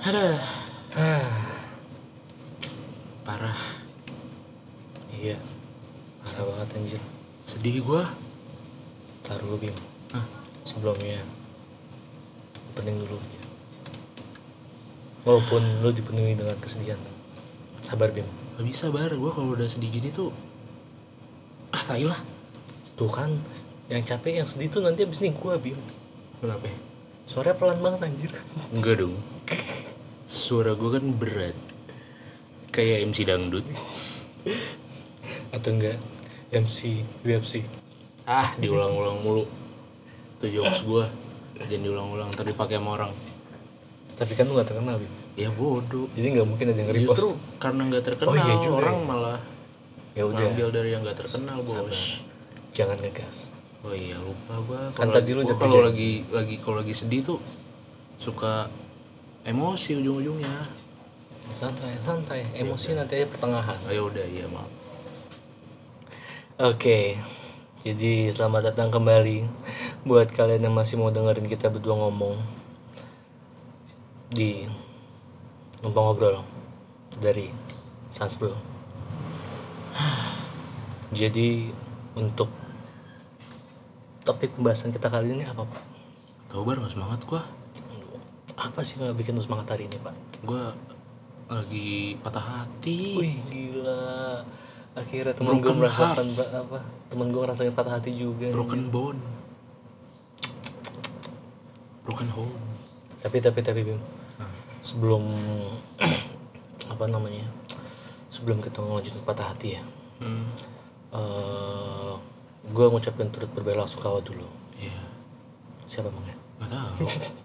Ada Ah, parah, iya, parah banget anjir. sedih gua. Taruh Bim. Hah? Sebelumnya opening dulu aja. Walaupun lu dipenuhi dengan kesedihan. Sabar Bim. Gak bisa bar, gua kalau udah sedih gini tuh tai lah. Tuh kan, yang capek yang sedih tuh nanti abis ini gua Bim. Kenapa? Suaranya pelan banget anjir. Enggak dong. Suara gua kan berat, kayak MC dangdut. Atau enggak MC UFC. Diulang-ulang mulu. Itu jokes gua. Jangan diulang-ulang, ntar dipakai sama orang. Tapi kan lu gak terkenal Bim. Ya bodoh. Jadi gak mungkin ada yang nge-repost. Justru karena nggak terkenal, Oh, iya juga orang ya. malah Ya udah, ngambil dari yang nggak terkenal, bos. jangan ngegas. Oh iya, lupa gua. Kan Kalau tadi lu udah kalau berjanji. lagi sedih tuh suka emosi ujung-ujungnya. Santai. Emosi nanti aja pertengahan. Ayo udah, iya maaf. Oke, jadi selamat datang kembali buat kalian yang masih mau dengerin kita berdua ngomong di Numpang Ngobrol dari Sans Bro. Jadi untuk topik pembahasan kita kali ini apa Pak? Tahu bar, nggak semangat gua. Apa sih yang bikin lu semangat hari ini Pak? Gua lagi patah hati. Wih gila, akhirnya temen gue Broken merasakan apa? Temen gue ngerasain patah hati juga. Broken bone. Broken home. Tapi Bim, sebelum apa namanya, sebelum kita ngelanjutin patah hati ya, gue ngucapin turut berbelasungkawa dulu. Iya. Siapa emangnya? Nggak tahu.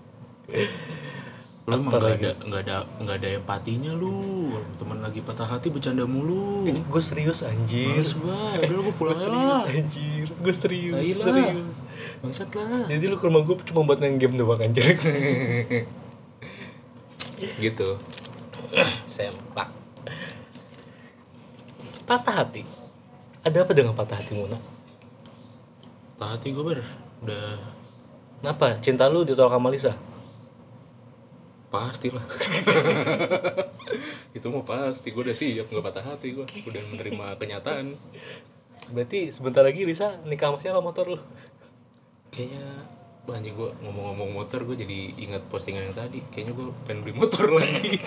Lu emang nggak ada empatinya lu. Teman lagi patah hati bercanda mulu. Ini gue serius anjir. Males gua. Udah lu pulang aja serius lah. anjir. Gue serius. Tai lah. Serius. Bangsat lah. Jadi lu ke rumah gue cuma buat main game doang anjir. Gitu. Sempak. Patah hati. Ada apa dengan patah hati Muna? Patah hati gua bar. Udah Kenapa? Cinta lu ditolak sama Lisa? pasti lah. Itu mah pasti. Gua udah siap, nggak patah hati gua. Udah menerima kenyataan. Berarti sebentar lagi Lisa nikah sama siapa motor lu? Kayaknya anjing, gua ngomong-ngomong motor, gua jadi ingat postingan yang tadi. Kayaknya gua pengen beli motor lagi.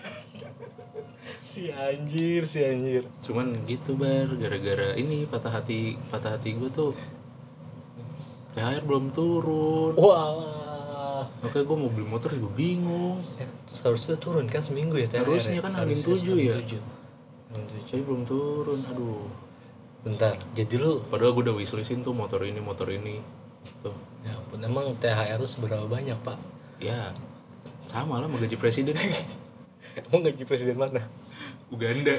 Si anjir. Cuman gitu bar, gara-gara ini patah hati gue tuh THR belum turun. Wah. Makanya gue mau beli motor juga bingung. Seharusnya turun kan seminggu ya THR. Harusnya kan Hamin 7 ya. Hamin 7. Tapi belum turun, aduh. Bentar, jadi lu Padahal gue udah wishlistin tuh motor ini tuh. ya ampun, emang THR lu seberapa banyak Pak? Ya sama lah sama gaji presiden. Emang gaji presiden mana? Uganda.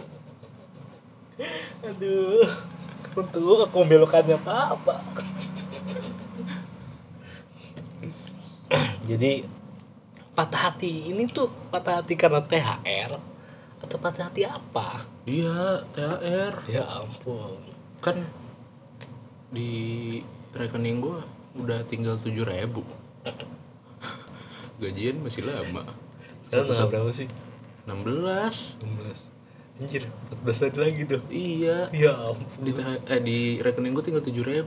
Aduh, untuk aku membelokannya apa? Jadi patah hati ini tuh patah hati karena THR atau patah hati apa? Iya, THR. Ya ampun. Kan di rekening gue udah tinggal 7.000. Gajian masih lama. Sekarang tanggal berapa sih? 16. 16. Anjir, 14 hari lagi tuh. Iya. Ya ampun. Di rekening gue tinggal 7.000.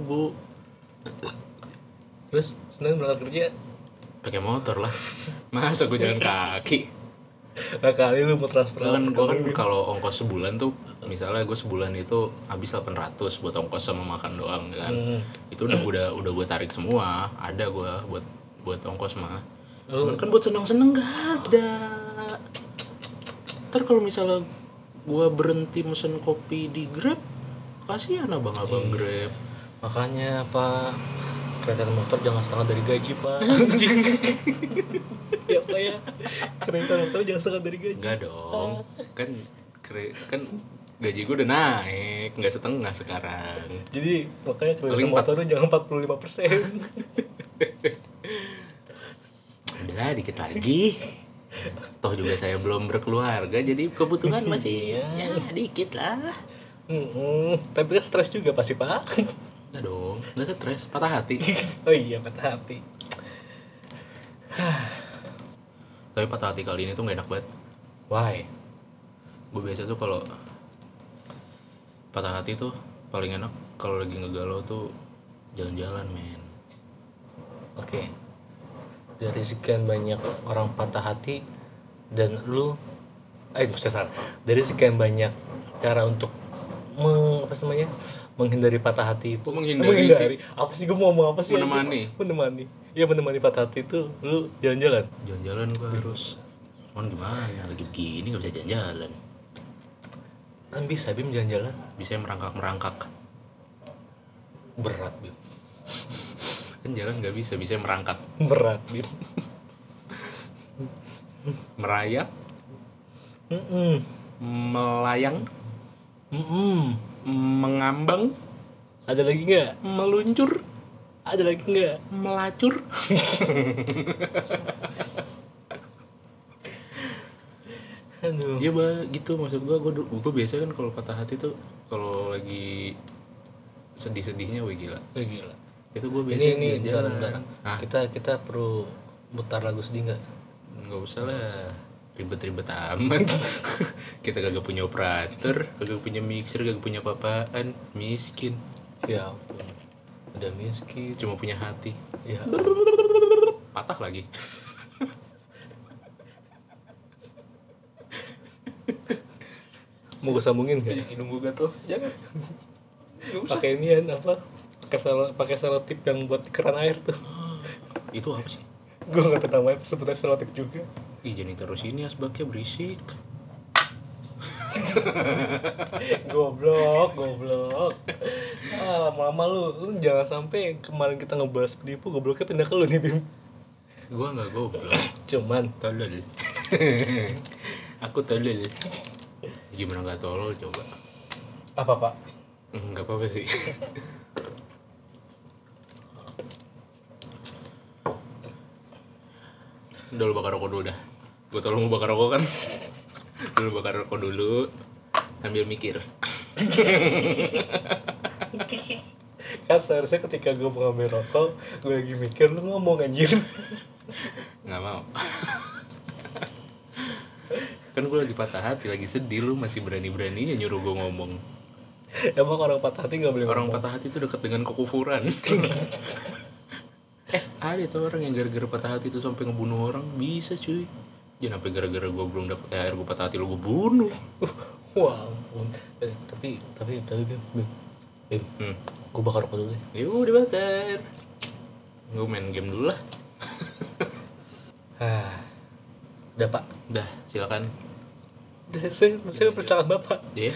Terus Senin berangkat kerja, Pakai motor lah. Masa gue jalan kaki? nah kali lu mau transfer Gue kan kalau ongkos sebulan tuh, misalnya gue sebulan itu habis 800 buat ongkos sama makan doang kan. Itu udah gue tarik semua. Ada gue buat ongkos mah. Cuman kan buat seneng-seneng gak ada. Ntar kalau misalnya gue berhenti mesen kopi di Grab, kasihan abang-abang Grab. Makanya Pak, kereta motor jangan setengah dari gaji Pak. Anjing. Ya Pak ya, kereta motor jangan setengah dari gaji. Enggak dong. Kan gaji gue udah naik, nggak setengah sekarang. Jadi makanya Paling kereta motor lu jangan 45%. Udahlah dikit lagi. Toh juga saya belum berkeluarga, jadi kebutuhan masih ya dikit lah. Tapi kan stres juga pasti Pak. Enggak dong, enggak stres, patah hati. Oh iya, patah hati. Tapi patah hati kali ini tuh gak enak banget. Why? Gue biasa tuh kalau patah hati tuh paling enak kalau lagi ngegalau tuh jalan-jalan, men. Oke. Dari sekian banyak orang patah hati dan lu maksudnya salah. Dari sekian banyak cara untuk menghindari patah hati itu. Menghindari sih? Apa sih gue mau ngomong apa sih? Menemani. Iya, menemani patah hati itu lu jalan-jalan. Jalan-jalan gue harus. Cuman gimana lagi begini gak bisa jalan-jalan. Kan bisa Bim jalan-jalan. Bisa merangkak-merangkak. Berat Bim. Kan jalan gak bisa merangkak. Berat Bim. Merayap. Melayang. Mengambang. Ada lagi nggak? Meluncur. Ada lagi nggak? Melacur. Aduh. Iya gitu maksud gue biasa kan kalau patah hati tuh kalau lagi sedih-sedihnya gila. Gila. Itu gue biasa ini jalan. Kita perlu mutar lagu sedih nggak? Nggak usah lah. Ribet-ribet amat. Kita kagak punya operator, kagak punya mixer, kagak punya apa-apaan, miskin. Ya ampun. Udah miskin, cuma punya hati. Ya. Patah lagi. Mau gue sambungin nggak? Hidung gue gatel. Jangan. Pakai inian apa? Pakai selotip yang buat keran air tuh. Itu apa sih? Gue nggak tahu namanya, sebetulnya selotip juga. Ih, jangan terus ini asbaknya berisik. Goblok. Lama-lama lu jangan sampai kemarin kita ngebahas penipu, gobloknya pindah ke lu nih Bim. Gua nggak goblok. Cuman tolol. Aku tolol. Gimana nggak tolol coba? Apa Pak? Nggak apa-apa sih. Udah lu bakar rokok dulu dah. Gue tau lu mau bakar rokok kan. Lu bakar rokok dulu sambil mikir. Kan seharusnya ketika gue mau ngambil rokok, gue lagi mikir, lu ngomong anjir. Nggak mau. Kan gue lagi patah hati, lagi sedih, lu masih berani-beraninya nyuruh gue ngomong. Emang orang patah hati gak boleh Orang ngomong? patah hati itu dekat dengan kekufuran. Ada tuh orang yang gara-gara patah hati itu sampai ngebunuh orang, bisa cuy. Jangan sampai gara-gara gue belum dapet THR gue patah hati lu gue bunuh. Wah ampun. Tapi Bim. Gue bakar rokok dulu deh. Yuk dibakar. Gue main game dulu lah. Udah Pak. Dah, silakan. Saya persilakan Bapak. Iya.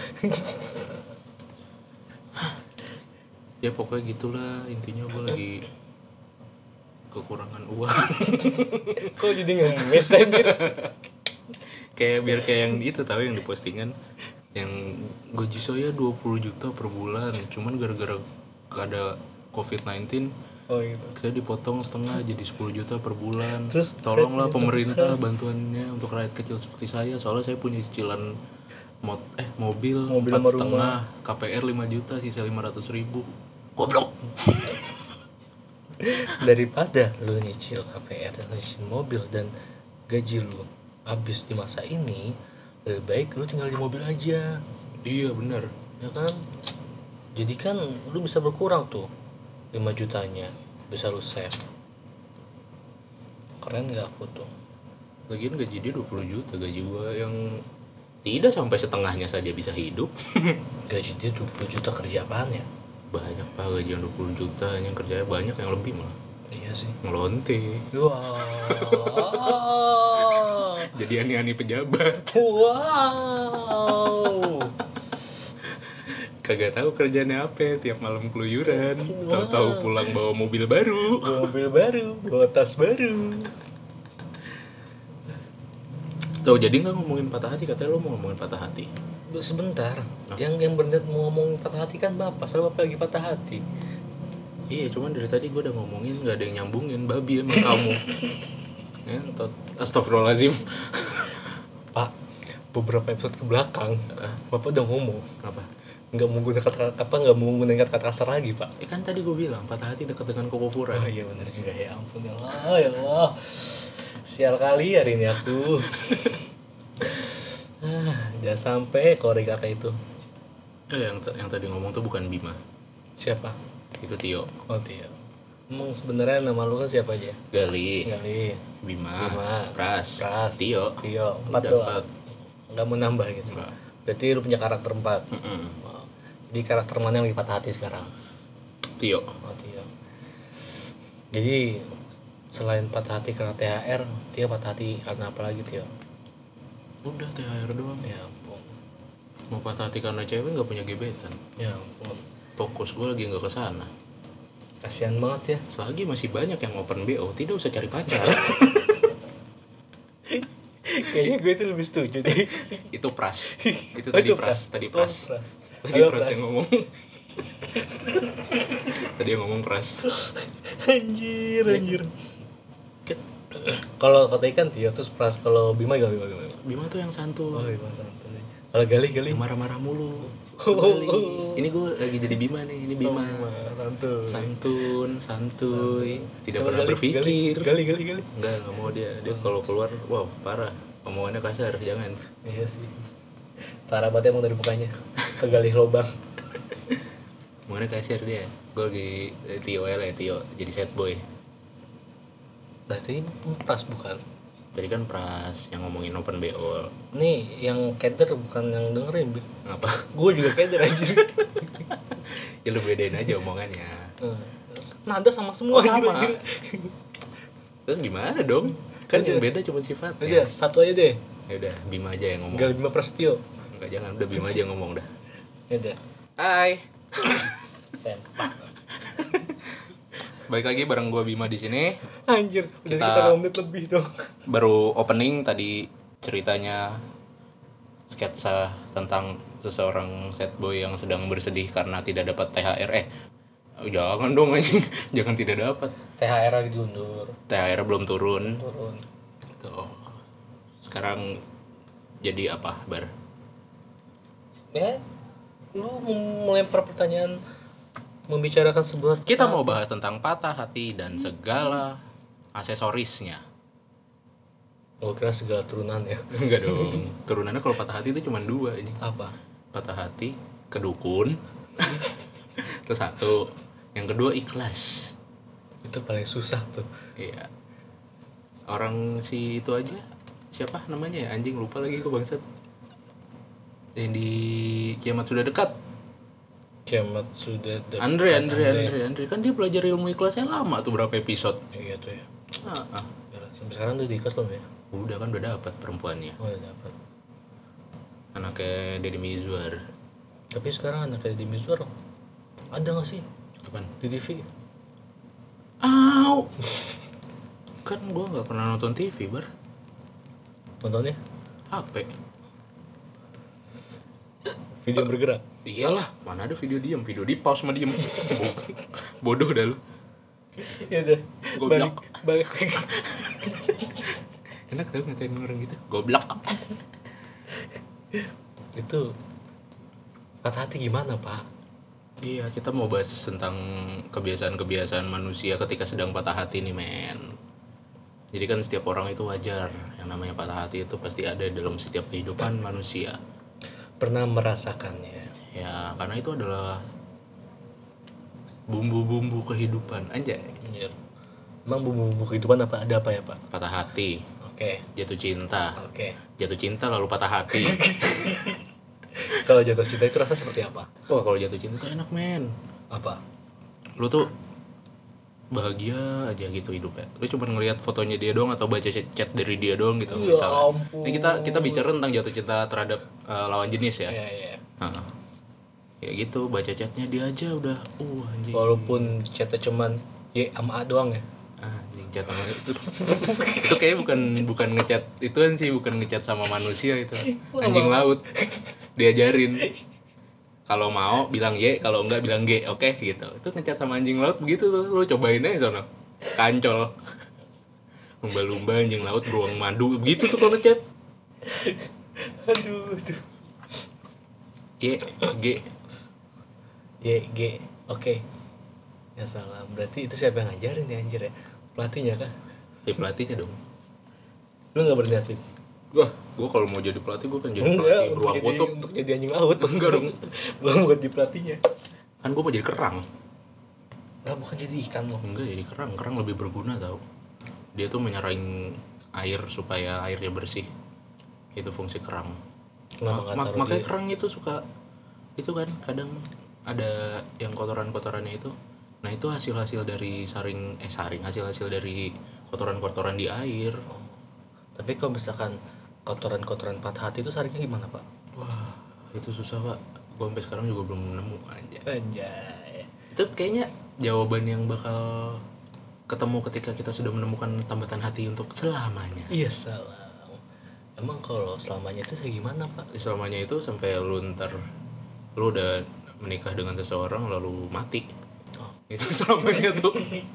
Ya pokoknya gitulah, intinya gue lagi kekurangan uang. Kok jadi ngemes anjir? Biar kayak yang itu tahu yang di postingan yang gaji saya 20 juta per bulan, cuman gara-gara ada COVID-19 gitu. saya dipotong setengah jadi 10 juta per bulan. Terus tolonglah pemerintah bantuannya untuk rakyat kecil seperti saya, soalnya saya punya cicilan mobil 4,5, KPR 5 juta, sisa 500.000. Goblok. Daripada lu nyicil KPR dan nyicil mobil dan gaji lu habis di masa ini, lebih baik lu tinggal di mobil aja. Iya benar. Ya kan? Jadi kan lu bisa berkurang tuh 5 jutanya, bisa lu save. Keren gak aku tuh? Lagian gaji dia 20 juta, gaji gua yang tidak sampai setengahnya saja bisa hidup. Gaji dia 20 juta, kerja apaan ya? Banyak Pak, gaji yang 20 juta, yang kerjanya banyak, yang lebih malah. Iya sih. Ngelonte. Wow. Jadi ani-ani pejabat. Wow. Kagak tahu kerjanya apa, tiap malam keluyuran. Tahu-tahu pulang bawa mobil baru. Bawa tas baru. Tuh, jadi nggak ngomongin patah hati, katanya lo mau ngomongin patah hati. Sebentar. Yang berniat mau ngomongin patah hati kan Bapak, soalnya Bapak lagi patah hati. Iya, cuman dari tadi gue udah ngomongin nggak ada yang nyambungin, babi emang kamu. Astagfirullahaladzim. Pak, beberapa episode ke belakang Bapak udah ngomong Kenapa? nggak mau menggunakan kata kasar lagi Pak. Kan tadi gue bilang patah hati dekat dengan kekufuran. Oh iya benar juga, ya ampun ya Allah. Sial kali hari ini aku. Jangan sampai Korey kata itu. Yang tadi ngomong tuh bukan Bima, Siapa? itu Tio. Oh Tio. Emang sebenarnya nama lu kan siapa aja? Gali, Gali, Bima, Bima, Pras, Pras, Tio. Tio. Udah 4 doang. 4. Nggak mau nambah gitu. Enggak. Berarti lu punya karakter 4. Mm-mm. Oh. Jadi karakter mana yang lagi patah hati sekarang? Tio. Oh Tio. Jadi selain patah hati karena THR, Tio patah hati karena apa lagi Tio? Udah THR doang. Ya ampun. Mau patah hati karena cewek nggak punya gebetan. Ya ampun. Fokus gue lagi nggak ke sana. Kasihan banget ya. Selagi masih banyak yang open BO, tidak usah cari pacar. Kayaknya gue itu lebih setuju deh. Itu Pras. Itu Oh, tadi itu Pras. Pras. Tadi Oh, Pras. Pras. Tadi Halo, Pras Pras. yang ngomong. Tadi yang ngomong Pras. Anjir. Kan Kalau kata ikan Tio terus Pras, kalau Bima gimana? Bima tuh yang Oh santuy. Bima santai. Kalau Gali Yang marah-marah mulu. Oh. Gali. Ini gue lagi jadi Bima nih. Ini Bima. santuy. Santuy. Tidak Coba pernah Gali, berpikir. Gali. Enggak mau dia. Dia kalau keluar, wow, parah. Omongannya kasar, jangan. Iya sih. Parah banget emang dari mukanya. Kegali lubang. Omongannya kasar dia. Gue lagi Tio ya, Tio jadi sad boy. Berarti Pras bukan? Tadi kan Pras yang ngomongin open BO. Nih yang keder bukan yang dengerin. Apa? Gue juga keder anjir. Ya lu bedain aja omongannya. Nada sama semua Sama. anjir. Terus gimana dong? Kan Udah. yang beda cuma sifatnya. Udah, satu aja deh. Ya udah, Bima aja yang ngomong. Gali Bima Prasetyo. Enggak, jangan, udah Bima aja yang ngomong dah. Udah. Hai. Sempak. Balik lagi bareng gua Bima di sini. Anjir, udah Kita- sekitar 2 menit lebih dong. Baru opening tadi ceritanya sketsa tentang seseorang sad boy yang sedang bersedih karena tidak dapat THR. Jangan dong anjing. Jangan tidak dapat. THR lagi diundur. THR belum turun. Turun. Tuh. Sekarang jadi apa, Bar? Ya, lu melempar pertanyaan, membicarakan sebuah Kita mau bahas tentang patah hati dan segala aksesorisnya. Oh, kira segala turunannya. Enggak dong. Turunannya kalau patah hati itu cuma 2 ini. Apa? Patah hati, kedukun. Terus 1. Yang kedua ikhlas. Itu paling susah tuh. Iya. Orang si itu aja. Siapa namanya ya? Anjing lupa lagi gue bangsat. Yang di Kiamat Sudah Dekat. Kiamat sudah dekat. Andre. Kan dia belajar ilmu ikhlasnya lama tuh, berapa episode. Iya tuh ya. Ah. Yalah, sampai sekarang tuh di kelas belum ya? Udah kan udah dapat perempuannya. Oh, udah dapat. Anaknya Deddy Mizwar. Tapi sekarang anaknya di Mizwar ada nggak sih Kapan? di TV? Au. Kan gua nggak pernah nonton TV, Bar. Nontonnya HP. video bergerak. Iyalah, mana ada video diem, video di pause sama diem. Bodoh dah lu. Ya udah. Goblok. Balik. Enak tau ngatain orang gitu. Goblok. Itu patah hati gimana, Pak? Iya, kita mau bahas tentang kebiasaan-kebiasaan manusia ketika sedang patah hati nih, men. Jadi kan setiap orang itu wajar. Yang namanya patah hati itu pasti ada dalam setiap kehidupan manusia. Pernah merasakannya. Ya, karena itu adalah bumbu-bumbu kehidupan, anjay. Anjir. Emang bumbu-bumbu kehidupan apa ada apa ya, Pak? Patah hati, Oke. jatuh cinta. Oke. Jatuh cinta lalu patah hati. Kalau jatuh cinta itu rasa seperti apa? Wah, kalau jatuh cinta tuh enak, men. Apa? Lu tuh bahagia aja gitu hidupnya. Lu cuma ngelihat fotonya dia doang atau baca chat dari dia doang gitu, Ya misalnya. ampun. Ini kita bicara tentang jatuh cinta terhadap lawan jenis ya. Iya. Heeh. Ya gitu, baca chatnya dia aja udah anjing. Walaupun chatnya cuman Y sama A doang ya. Anjing chat sama itu. Itu kayaknya bukan ngechat ituan sih, bukan ngechat sama manusia itu. Anjing laut. Diajarin. Kalau mau bilang Y, kalau enggak bilang G, oke gitu. Itu ngechat sama anjing laut begitu tuh. Lu cobain aja sono. Kancol. Lumba-lumba anjing laut beruang madu begitu tuh kalau ngechat. Aduh. Y, G. Y, G. Oke. Ya salam. Berarti itu siapa yang ngajarin ya anjir ya? Pelatihnya kah? Ya pelatihnya dong. Lu nggak berniatin? Wah, gue kalau mau jadi pelatih gue kan jadi Enggak, pelatih beruang kutub. untuk jadi anjing laut. Enggak dong. Belum buat di pelatihnya. Kan gue mau jadi kerang. Lah bukan jadi ikan loh. Enggak, jadi kerang. Kerang lebih berguna tau. Dia tuh menyerahin air supaya airnya bersih. Itu fungsi kerang. Kenapa nggak taruh Makanya di... kerang itu suka itu kan kadang ada yang kotoran-kotorannya itu. Nah itu hasil-hasil dari hasil-hasil dari kotoran-kotoran di air. Tapi kalau misalkan kotoran-kotoran patah hati itu saringnya gimana, Pak? Wah, itu susah pak. Gue sampai sekarang juga belum nemu aja. Anjay. Itu kayaknya jawaban yang bakal ketemu ketika kita sudah menemukan tambatan hati untuk selamanya. Iya salah. Emang kalau selamanya itu kayak gimana, Pak? Selamanya itu sampai lu udah menikah dengan seseorang lalu mati. Oh. Itu selamanya tuh.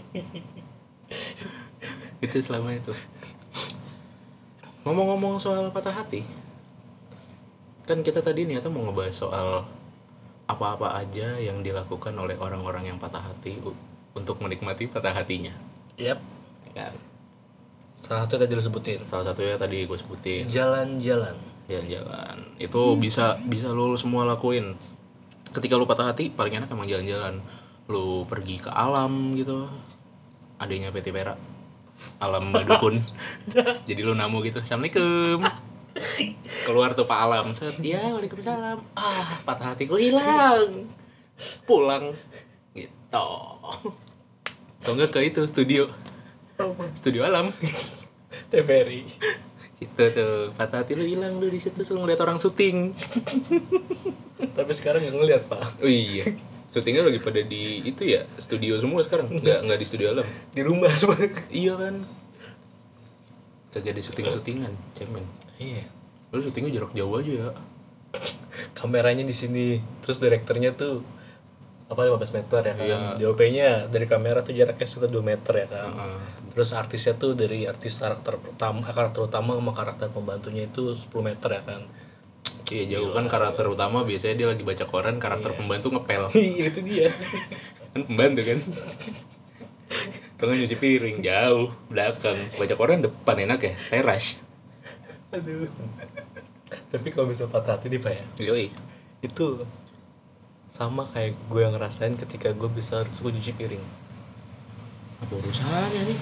Itu selamanya tuh. Ngomong-ngomong soal patah hati, kan kita tadi niatnya mau ngebahas soal apa-apa aja yang dilakukan oleh orang-orang yang patah hati untuk menikmati patah hatinya. Yap. Ya kan? Salah satu tadi lu sebutin. Salah satunya tadi gue sebutin. Jalan-jalan. Jalan-jalan. Itu bisa lu semua lakuin. Ketika lu patah hati, paling enak emang jalan-jalan. Lu pergi ke alam gitu. Adanya PT Pera. Alam Badukun. Jadi lu namu gitu. Assalamualaikum. Keluar tuh Pak Alam. Set, ya waalaikumsalam. Ah, patah hatiku hilang. Pulang. Gitu. Atau enggak ke itu studio. Studio alam. TVRI. Gitu tuh, patah hati lu hilang lu di situ tuh ngeliat orang syuting. Tapi sekarang nggak ngeliat, Pak. Oh iya. Syutingnya lagi pada di itu ya, studio semua sekarang. Enggak di studio alam. Di rumah semua. Iya kan. Kagak ada syuting-syutingan, cemen. Iya. Lu syutingnya jarak jauh aja ya. Kameranya di sini, terus direkturnya tuh 15 meter ya kan. Iya. DOP-nya dari kamera tuh jaraknya sekitar 2 meter ya kan. Terus artisnya tuh dari artis karakter utama sama karakter pembantunya itu 10 meter ya kan. Iya jauh kan karakter utama biasanya dia lagi baca koran, karakter pembantu ngepel. Iya itu dia. Kan pembantu kan. Tengah nyuci piring jauh belakang, baca koran depan enak ya, teras. Aduh. Tapi kalau bisa patah hati nih Pak ya, Yoi. itu sama kayak gue yang ngerasain ketika gue bisa gue nyuci piring. Apa urusannya nih?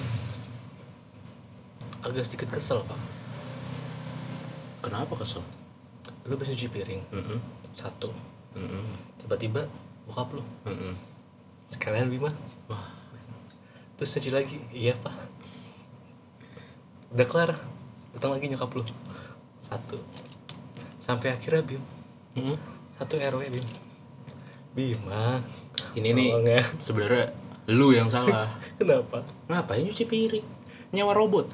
Agak sedikit kesel Pak. Kenapa kesel? Lu bisa nyuci piring, satu, tiba-tiba bokap lu, sekalian Bima. Wah, Terus nyuci lagi, iya Pak. Udah kelar, datang lagi nyokap lu, satu. Sampai akhirnya Bim, satu RW Bim. Bima, ini nih tolong ya. sebenarnya lu yang salah. Kenapa? Ngapain nyuci piring? Nyewa robot.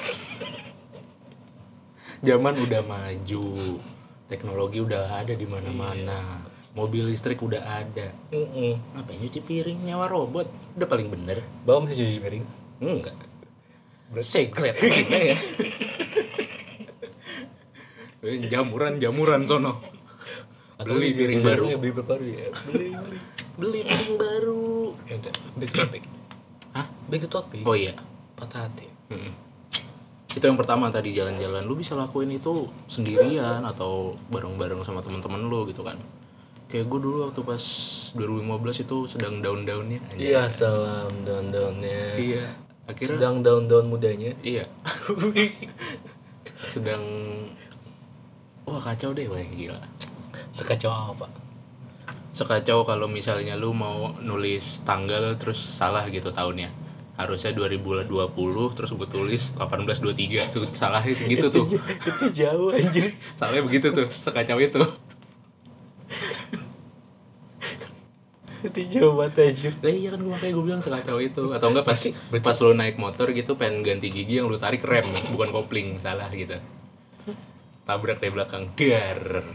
Zaman udah maju, teknologi udah ada di mana-mana, mobil listrik udah ada. Ngapain nyuci piring nyewa robot? Udah paling bener. Bawa masih nyuci piring? Enggak. Secret kita ya. Jamuran sono. Beli piring baru. Beli baru ya. Beli piring baru. Ya udah, back to topic. Hah? Back to topic. Oh iya. Patah hati. Itu yang pertama tadi, jalan-jalan. Lu bisa lakuin itu sendirian atau bareng-bareng sama teman-teman lu gitu kan. Kayak gue dulu waktu pas 2015 itu sedang down-downnya. Iya, salam down-downnya. Iya. Akhirnya Sedang down-down mudanya. iya. Sedang wah kacau deh, wah gila. Sekacau apa? Sekacau kalau misalnya lu mau nulis tanggal terus salah gitu tahunnya. Harusnya 2020 terus gue tulis 1823 tuh salah gitu tuh. Itu jauh anjir. Salahnya begitu tuh, sekacau itu. Itu jauh banget anjir. Lah iya kan makanya gue bilang sekacau itu. Atau enggak pas lu naik motor gitu pengen ganti gigi yang lu tarik rem bukan kopling, salah gitu. Tabrak dari belakang. Dar.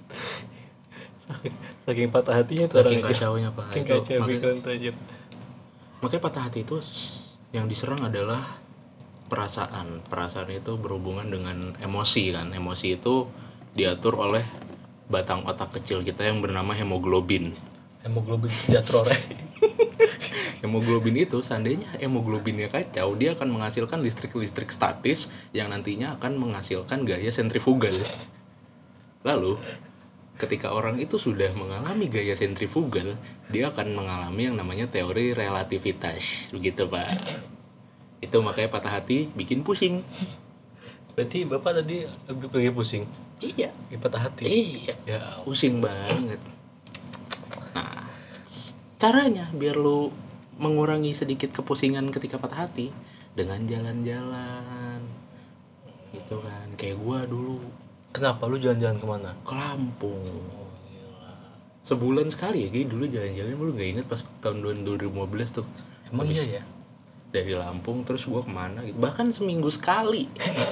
Saking patah hatinya tuh Saking orang kacaunya Pak. saking kacau pikiran tuh anjir. Makanya patah hati itu yang diserang adalah perasaan. Perasaan itu berhubungan dengan emosi kan. Emosi itu diatur oleh batang otak kecil kita yang bernama hemoglobin. Hemoglobin jatro re. Hemoglobin itu seandainya hemoglobinnya kacau, dia akan menghasilkan listrik-listrik statis yang nantinya akan menghasilkan gaya sentrifugal. Lalu ketika orang itu sudah mengalami gaya sentrifugal, dia akan mengalami yang namanya teori relativitas. Begitu, Pak. Itu makanya patah hati bikin pusing. Berarti Bapak tadi lagi pusing. Iya, Patah hati. iya, Ya, pusing banget. Nah, caranya biar lu mengurangi sedikit kepusingan ketika patah hati dengan jalan-jalan. Gitu kan. Kayak gua dulu kenapa lu jalan-jalan kemana? ke Lampung. Sebulan sekali ya, kayak dulu jalan-jalan, lu nggak inget pas tahun 2015 tuh. Emang Habis iya ya? dari Lampung terus gua kemana gitu, bahkan seminggu sekali.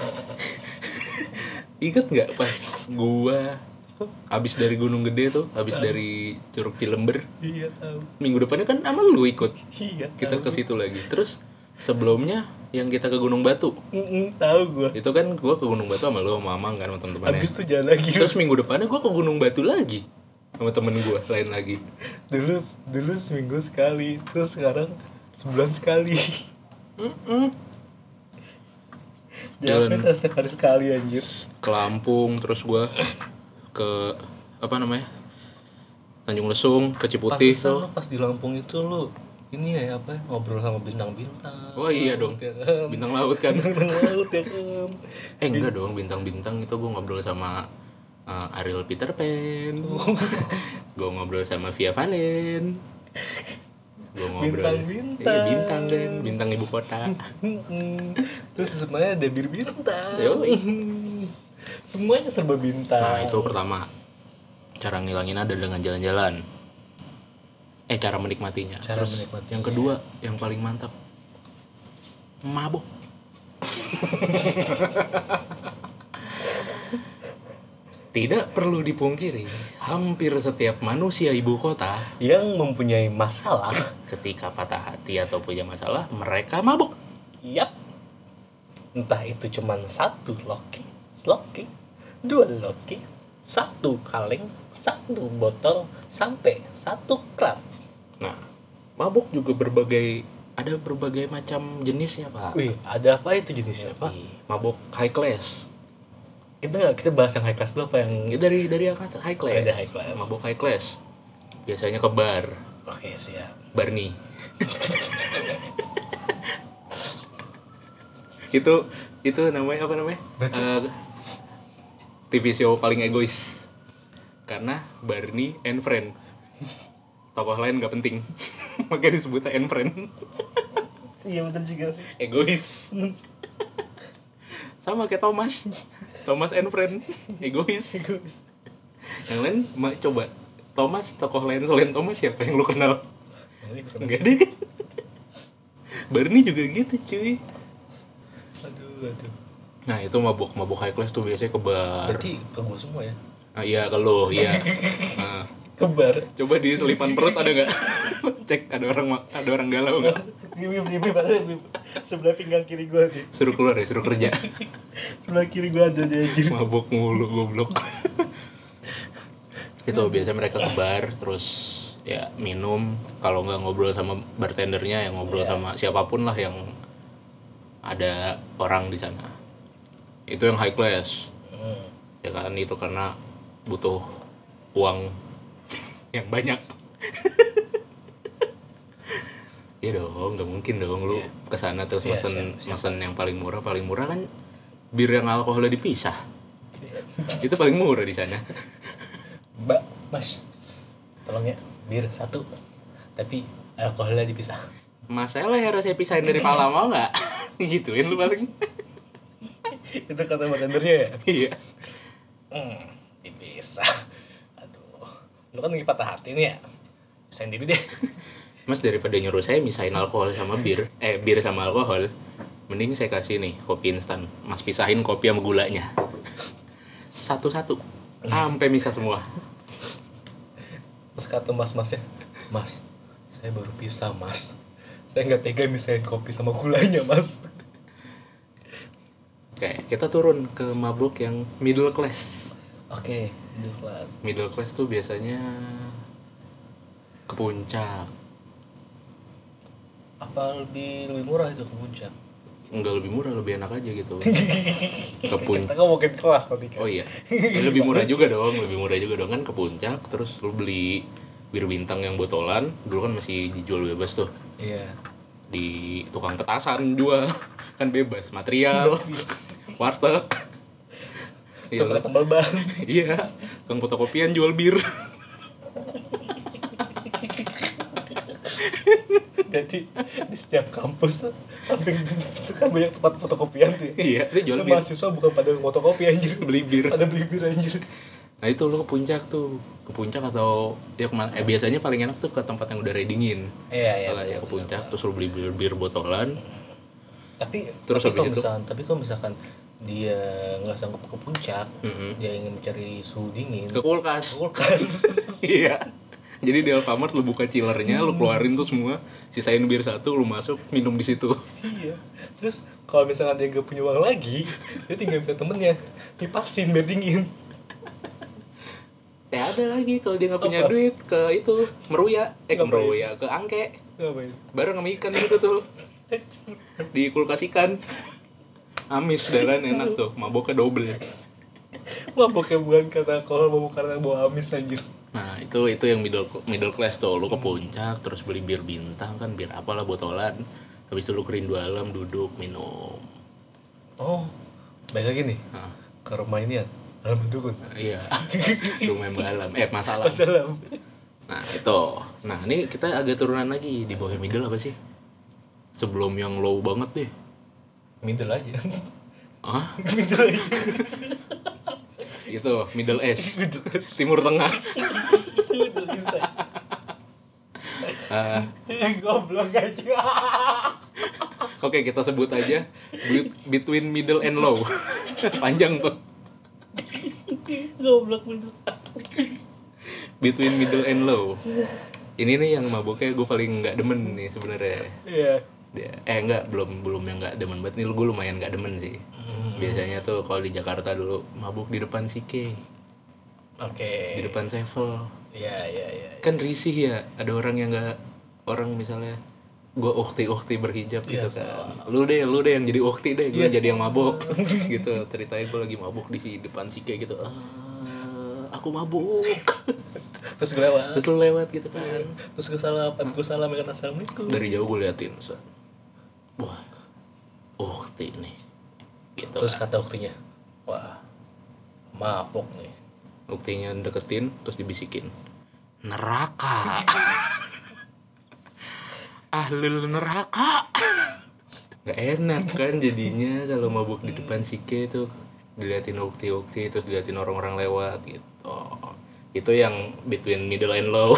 Ingat nggak pas gua abis dari Gunung Gede tuh, abis dari Curug Cilember, Iya tahu. minggu depannya kan sama lu ikut, Iya. kita ke situ lagi. Terus sebelumnya yang kita ke Gunung Batu, Tahu gua. itu kan gua ke Gunung Batu sama lu sama Mamang kan, sama temen-temennya. Habis itu jalan lagi. Terus minggu depannya gua ke Gunung Batu lagi sama temen gua lain lagi. Dulu seminggu sekali, terus sekarang sebulan sekali. Jalan. Jalan setiap hari sekali anjir. Ke Lampung, terus gua ke apa namanya, Tanjung Lesung, ke Ciputih Pantesan tuh. lu pas di Lampung itu lu ini ya apa ngobrol sama bintang-bintang. Oh iya dong, Ya kan? bintang laut kan. Bintang laut ya kan. Enggak dong, bintang-bintang itu gue ngobrol sama Ariel Peter Pan. Gue ngobrol sama Via Valen. Gue ngobrol Bintang-bintang. Iya, bintang kan, bintang ibu kota. Terus semuanya ada bintang. Yoi. Semuanya serba bintang. Nah itu pertama, cara ngilangin ada dengan jalan-jalan. Cara menikmatinya. Cara Terus menikmatinya. yang kedua, yang paling mantap, mabok. Tidak perlu dipungkiri, hampir setiap manusia ibu kota yang mempunyai masalah. ketika patah hati atau punya masalah, mereka mabok. Yap. Entah itu cuman satu loki, dua loki, satu kaleng, satu botol, sampai satu krat. Nah, mabok juga ada berbagai macam jenisnya, Pak. Wih, ada apa itu jenisnya, Pak? Mabok high class. Itu nggak kita bahas yang high class dulu apa yang... Ya, dari angkatan high class. Ada high class. Mabok high class. Biasanya ke bar, Oke, siap. Barney. itu namanya apa namanya? TV show paling egois. Karena Barney and Friend. Tokoh lain nggak penting. Makanya disebutnya and Friend. Iya benar juga sih. Egois. Sama kayak Thomas and Friend. Egois. Yang lain coba, Thomas, tokoh lain selain Thomas siapa yang lu kenal? Enggak ada kan? Barney juga gitu cuy. Aduh. Nah itu mabok high class tuh biasanya ke bar. Berarti ke gua semua ya? Iya ke lu, iya. Nah, Ke bar. coba di selipan perut ada nggak? Cek ada orang galau nggak? Bib. Sebelah pinggang kiri gua nih. Suruh keluar ya, suruh kerja. Sebelah kiri gua ada dia anjir. Mabok mulu goblok. Itu biasanya mereka ke bar terus ya minum, kalau nggak ngobrol sama bartendernya ya ngobrol sama siapapun lah yang ada orang di sana. Itu yang high class. Ya kan, itu karena butuh uang yang banyak. Iya dong, nggak mungkin dong lu kesana terus mesen yang paling murah kan bir yang alkoholnya dipisah. Itu paling murah di sana. Mbak, Mas, tolong ya, bir satu, tapi alkoholnya dipisah. Masalah harus saya pisahin dari pala, mau nggak? Gituin lu paling. Itu kata bartendernya ya? Iya. Dipisah. Aduh, lu kan lagi patah hati nih ya? Pisahin diri deh. Mas, daripada nyuruh saya misahin alkohol sama bir sama alkohol, mending saya kasih nih kopi instan. Mas pisahin kopi sama gulanya. Satu-satu. Sampai misah semua. Terus kata mas-masnya, Mas, saya baru pisah Mas. Saya nggak tega misahin kopi sama gulanya Mas. Oke, kita turun ke mabuk yang middle class. Oke, middle class. Middle class tuh biasanya ke puncak. Apa lebih murah itu ke puncak? Enggak lebih murah, lebih enak aja gitu. Ke Kita kan mungkin kelas tadi kan. Oh iya. Ya, lebih murah juga dong, lebih murah juga dong kan ke puncak terus lu beli bir bintang yang botolan, dulu kan masih dijual bebas tuh. Iya. Di tukang petasan jual kan bebas, material, warteg. Iya, Tukang tambal ban. iya, tukang fotokopian jual bir. Berarti di setiap kampus tuh samping itu kan banyak tempat fotokopian tuh ya. Iya, dia jual Itu bir, mahasiswa bukan pada fotokopi anjir. beli bir. Pada beli bir anjir. Nah itu lu ke puncak tuh, ke puncak atau ya kemana? Biasanya paling enak tuh ke tempat yang udah dingin. Iya, Kalau ya ke puncak terus lu beli bir botolan. Tapi Terus habis itu? kalau misalkan dia nggak sanggup ke puncak, dia ingin mencari suhu dingin. Ke kulkas. Kulkas. Iya. Jadi di Alfamart lu buka chillernya, lu keluarin tuh semua, sisain bir satu, lu masuk minum di situ. Iya. Terus kalau misalkan dia nggak punya uang lagi, dia tinggal minta temennya dipasin biar dingin. Ya ada lagi kalau dia nggak punya Apa? duit ke itu Meruya, ke Ngapain? Meruya, ke Angke, Ngapain? bareng sama ikan gitu tuh, di kulkas ikan, amis dah kan enak tuh, maboknya double. Maboknya bukan karena alkohol, mabok karena bawa amis anjir. Nah itu yang middle class tuh, lu ke puncak terus beli bir bintang kan, bir apalah botolan, habis itu lu ke Rindu Alam duduk minum. Oh, baik lagi nih. Nah, Ke rumah ini ya, dalam dukun. iya, rumah Mbak Alam, masalah. Wassalam. Nah itu, nah ini kita agak turunan lagi di bawah middle apa sih? Sebelum yang low banget deh. Middle aja. Ah, Middle aja. itu Middle East, Timur Tengah. Middle bisa. Ah, Goblok aja. Oke kita sebut aja between middle and low. Panjang tuh. Goblok bener. Between middle and low. Ini nih yang maboknya gue paling nggak demen nih sebenarnya. Iya. Enggak, belum yang nggak demen banget nih, gue lumayan nggak demen sih. Biasanya tuh kalau di Jakarta dulu mabuk di depan Sike, Oke. di depan Sevel. Iya. Kan risih ya, ada orang yang nggak, orang misalnya gue ukti berhijab gitu Iya, kan, lu deh yang jadi ukti deh, gue Iya, jadi yang mabuk gitu, ceritanya gue lagi mabuk di depan Sike gitu, aku mabuk. Terus gue lewat. Terus lu lewat gitu kan, Terus gue salah, gue salah dengan assalamualaikum. dari jauh gue liatin, set. Wah, ukti nih gitu. Terus Kan. kata uktinya, wah, mabok nih. Uktinya deketin terus dibisikin, neraka. Ahlul neraka. Gak enak kan jadinya kalau mabuk di depan Sike tuh, diliatin ukti terus diliatin orang-orang lewat gitu. Itu yang between middle and low.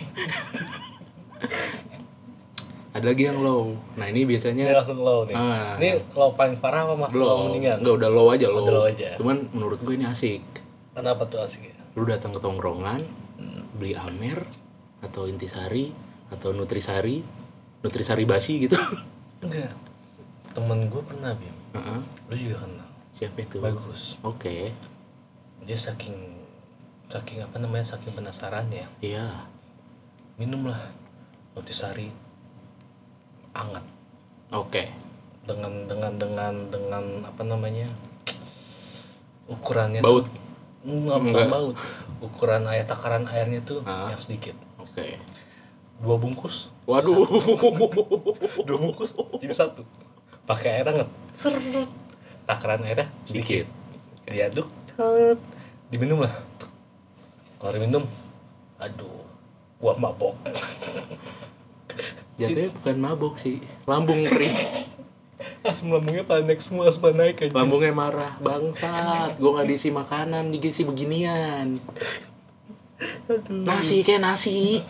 Ada lagi yang low. Nah ini Ini biasanya langsung low nih. Ah. Ini low paling parah apa masih low belum, mendingan? enggak udah low aja low. Udah low aja. Cuman menurut gue ini asik. Kenapa tuh asik ya? Lu datang ke tongkrongan, beli Amer atau Intisari atau Nutrisari basi gitu. Enggak. Temen gue pernah, Bim. Heeh. Lu juga kenal. Siapa itu? Bagus. Oke. Dia saking apa namanya, saking penasarannya, Iya. minumlah Nutrisari anget Oke. dengan apa namanya, ukurannya Baut. tuh bukan Enggak. baut, ukuran takaran airnya tuh Ah. yang sedikit, Oke. 2 bungkus, Waduh. 2 bungkus jadi 1, pakai air hangat, seret, takaran airnya sedikit, diaduk, set, diminum lah. Kalau diminum, aduh, gua mabok. Jatuhnya bukan mabok sih, lambung kering. Asam lambungnya pada naik semua, asam pada naik aja. Lambungnya marah, bangsat. Gue nggak diisi makanan, diisi beginian. Aduh. Nasi kayak nasi.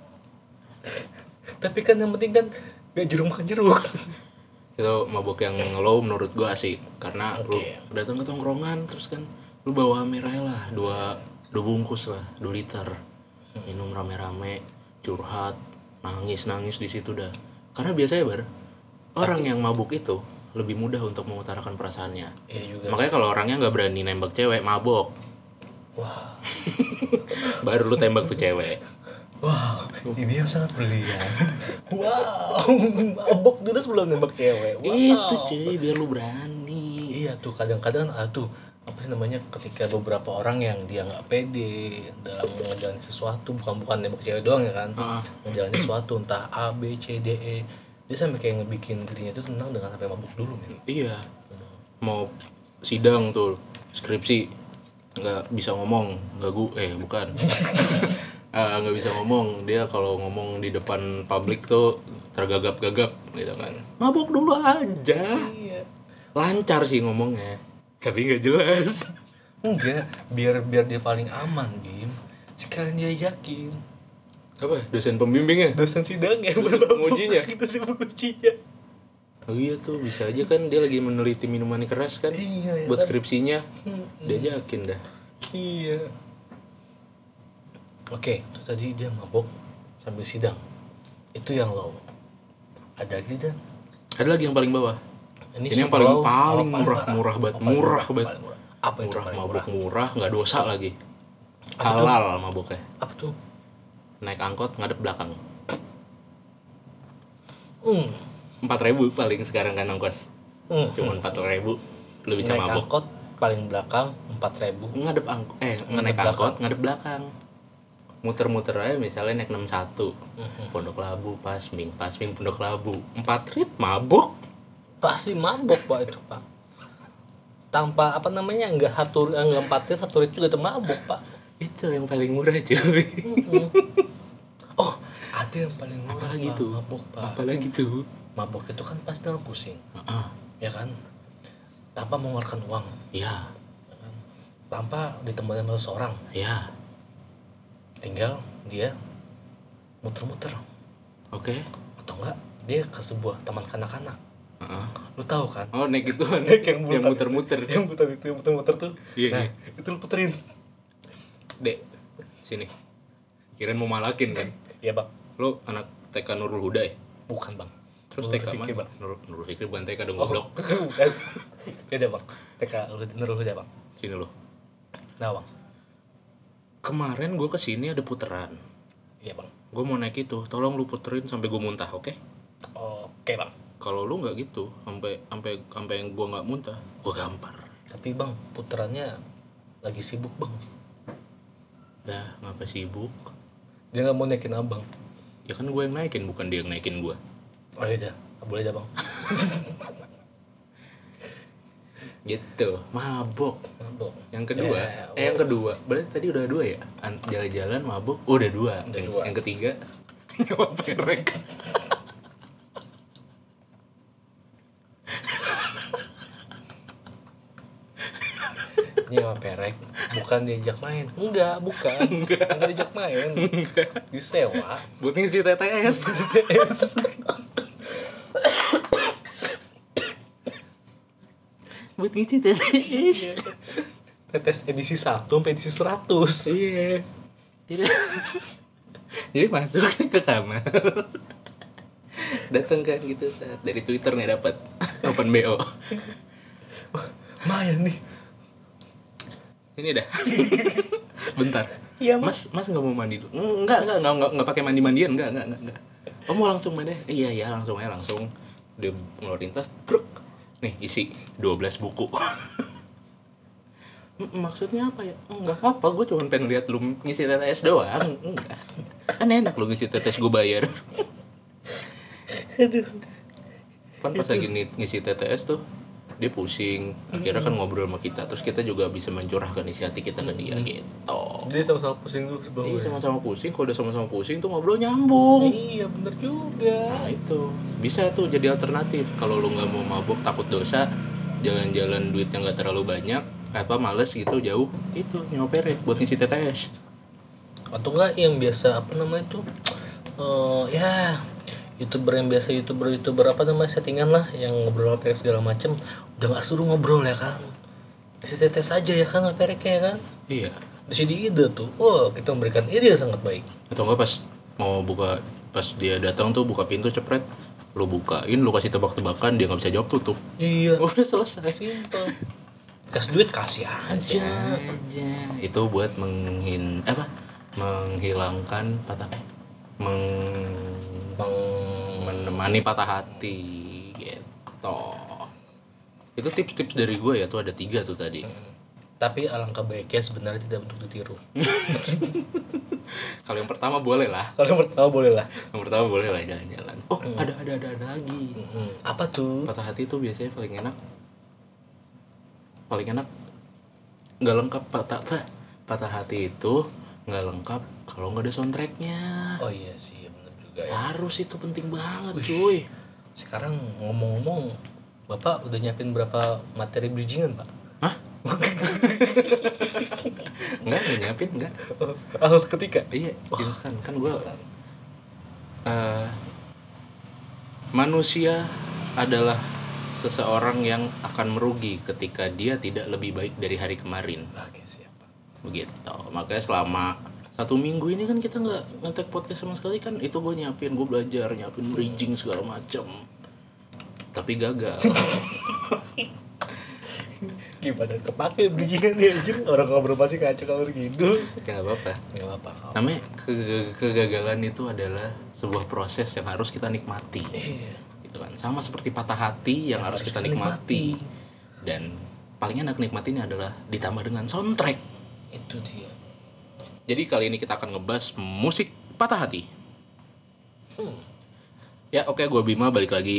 Tapi kan yang penting kan gak jeruk makan jeruk. Itu mabok yang low menurut gue asik, karena Oke. lu datang ke tongkrongan terus kan lu bawa merah lah, dua bungkus lah, 2 liter. Minum rame-rame, curhat, nangis di situ dah. Karena biasanya orang yang mabuk itu lebih mudah untuk mengutarakan perasaannya. Iya juga. Makanya kalau orangnya nggak berani nembak cewek, mabok. Wah. Baru lu tembak tuh cewek. Wow, ini yang sangat brilian. Wow, mabok dulu sebelum nembak cewek. Wow. Itu cuy, biar lu berani. Iya tuh, kadang-kadang tuh apa sih namanya, ketika beberapa orang yang dia nggak pede dalam menjalani sesuatu, bukan nembak cewek doang ya kan, menjalani sesuatu entah A B C D E, dia sampai kayak ngebikin dirinya itu tenang dengan sampai mabuk dulu men. Iya. Mau sidang tuh, skripsi nggak bisa ngomong, bukan. Nggak bisa ngomong, dia kalau ngomong di depan publik tuh tergagap-gagap gitu kan. Mabok dulu aja. Iya. Lancar sih ngomongnya, tapi nggak jelas. Enggak, biar dia paling aman, Bim. Sekalian dia yakin. Apa? Dosen pembimbingnya? Dosen sidangnya, Pengujinya? itu sih pengujinya. Oh iya tuh, bisa aja kan dia lagi meneliti minuman keras kan. Iya, buat kan? skripsinya. Diajakin dah. Iya. Oke, itu tadi dia mabok sambil sidang. Itu yang low. Ada lagi dan Ada lagi yang paling bawah. Ini yang super low, paling apa murah banget. paling Murah banget. paling murah. Apa itu paling Mabuk murah? murah, nggak dosa lagi. Apa Halal mabuknya. Apa tuh? Naik angkot ngadep belakang. 4.000 4.000 paling sekarang kan ongkos. Cuma 4.000 lu bisa naik mabuk. angkot paling belakang 4.000. Naik angkot ngadep belakang. Muter-muter aja misalnya naik 61. Pondok Labu, Pasming Pondok Labu. 4 rit mabuk. Pasti mabok Pak itu Pak. Tanpa apa namanya, enggak 4 rit 1 rit juga tuh mabok Pak. Itu yang paling murah cuy. Oh, ada yang paling murah Apalagi Pak, tuh? mabok Pak. Apalagi tuh? Mabok itu kan pasti dengan pusing, Heeh. ya kan? Tanpa mengeluarkan uang, Iya. ya kan? Tanpa ditemani sama seseorang, Iya. tinggal dia muter-muter, Oke. atau enggak dia ke sebuah taman kanak-kanak. Heeh. Lu tahu kan? Oh, naik itu. Naik yang muter-muter. Yang muter-muter tuh. Iya, Nah, iya. itu lu puterin. Dek, sini. Kirain mau malakin kan? Iya, Bang. Lu anak TK Nurul Huda ya? Bukan, Bang. Terus Nurul TK Fikri, mana? Bang. Nurul Fikri bukan TK dong, Oh, goblok. bukan. Beda, Bang. TK Nurul Huda, Bang. Sini lu. Nah, Bang. Kemarin gue kesini ada puteran. Iya, Bang. Gue mau naik itu, tolong lu puterin sampai gue muntah, oke? Oke, Bang. Kalau lu nggak gitu, sampai yang gue nggak muntah, gue gampar. Tapi, Bang, puterannya lagi sibuk, Bang. Dah, ngapa sibuk? Dia nggak mau naikin abang. Ya kan gue yang naikin, bukan dia yang naikin gue. Oh iya dah, boleh dah bang. Gitu, mabok. Mabok. Yang kedua, Ya, yang kedua, berarti tadi udah 2 ya? Jalan-jalan mabok, udah 2. Udah 2. Yang ketiga, nyawa perek. Nyewa perek, bukan diajak main. Enggak, bukan. Enggak diajak main. Disewa. Buat ngisi TTS. Buat ngisi TTS. Tetes edisi 1 sampai edisi 100. Iya. Jadi masuk nih ke kamar. Datang kan gitu saat dari Twitter nih dapat open BO. Lumayan nih. Ini dah. Bentar. Iya, Mas nggak mau mandi dulu? Enggak pakai mandi-mandian, enggak. Oh, mau langsung main deh. Iya, langsung aja langsung. Dia ngeluarin tas, bruk. Nih, isi 12 buku. Maksudnya apa ya? Enggak apa, gue cuma pengen lihat lu ngisi TTS doang. Enggak. Kan enak lu ngisi TTS gue bayar. Aduh. Kan pas lagi ngisi TTS tuh dia pusing, akhirnya kan ngobrol sama kita, terus kita juga bisa mencurahkan isi hati kita ke dia gitu. Jadi sama-sama pusing dulu sebelum. Iya, sama-sama pusing. Kalau udah sama-sama pusing tuh ngobrol nyambung. Iya, bener juga. Nah itu bisa tuh jadi alternatif. Kalau lu nggak mau mabuk takut dosa, jalan-jalan duit yang nggak terlalu banyak, males gitu jauh, itu nyewa perek buat ngisi TTS. Atau enggak yang biasa apa namanya itu? Ya YouTuber yang biasa YouTuber apa namanya settingan lah yang ngobrol sama perek segala macem, udah nggak suruh ngobrol ya kan, isi tetes aja ya kan nggak pereknya ya kan. Iya. Di sini ide tuh, kita memberikan ide yang sangat baik. Atau enggak pas dia datang tuh buka pintu cepret, lu bukain, lu kasih tebak-tebakan, dia nggak bisa jawab, tutup. Iya. Udah selesai. Simpel. Kasih duit kasih aja. Itu buat menghilangkan menemani patah hati gitu. Itu tips-tips dari gue ya, tuh ada 3 tuh tadi. Tapi alangkah baiknya sebenarnya tidak untuk ditiru. Kalau yang pertama boleh lah. Kalau yang pertama boleh lah. Yang pertama boleh lah jalan-jalan. Oh, ada lagi. Apa tuh? Patah hati itu biasanya paling enak nggak lengkap. Patah hati itu nggak lengkap kalau nggak ada soundtracknya. Oh iya sih, benar juga ya. Harus, itu penting banget cuy. Sekarang ngomong-ngomong, Bapak udah nyiapin berapa materi bridgingan, Pak? Hah? Enggak nyiapin, enggak. Harus ketika? Iya, instan. Kan gue manusia adalah seseorang yang akan merugi ketika dia tidak lebih baik dari hari kemarin. Oke, siap. Begitu. Makanya selama 1 minggu ini kan kita nggak nge-tag podcast sama sekali kan. Itu gue belajar nyiapin bridging segala macam. Tapi gagal. Gimana kepake bridgingan dia anjir, orang ngobrol pasti kacau kalau gitu. Gak apa-apa. Enggak apa-apa. Namanya kegagalan itu adalah sebuah proses yang harus kita nikmati. Iya. Gitu kan. Sama seperti patah hati yang harus kita nikmati. Dan paling enak nikmatinya adalah ditambah dengan soundtrack. Itu dia. Jadi kali ini kita akan ngebahas musik patah hati. Ya oke, gue Bima balik lagi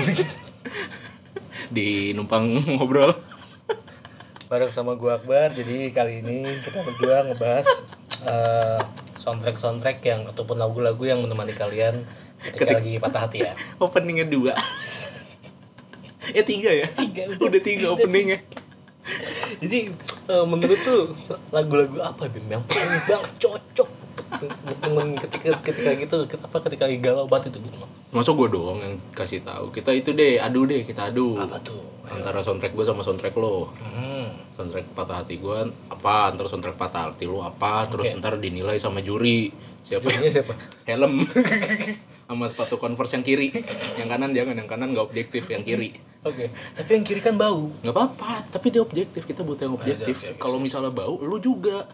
di numpang ngobrol Bareng sama gua Akbar. Jadi kali ini kita berdua ngebahas soundtrack yang ataupun lagu-lagu yang menemani kalian ketika lagi patah hati ya. Openingnya 2. 3 ya? 3. Udah 3 openingnya. Jadi menurut tuh lagu-lagu apa Bim yang paling banget cocok temen ketika gitu, ketika lagi galau banget itu Bim? Masa gue doang yang kasih tahu? Kita itu kita adu. Apa tuh? Antara soundtrack gue sama soundtrack lo. Soundtrack patah hati gue apa, antara soundtrack patah hati lo apa, terus ntar dinilai sama juri. Siapa? Helm sama sepatu Converse yang kiri. Yang kanan jangan, yang kanan nggak objektif, yang kiri. Oke. Tapi yang kiri kan bau. Nggak apa-apa, tapi dia objektif. Kita butuh yang objektif. Kalau misalnya bau, lu juga.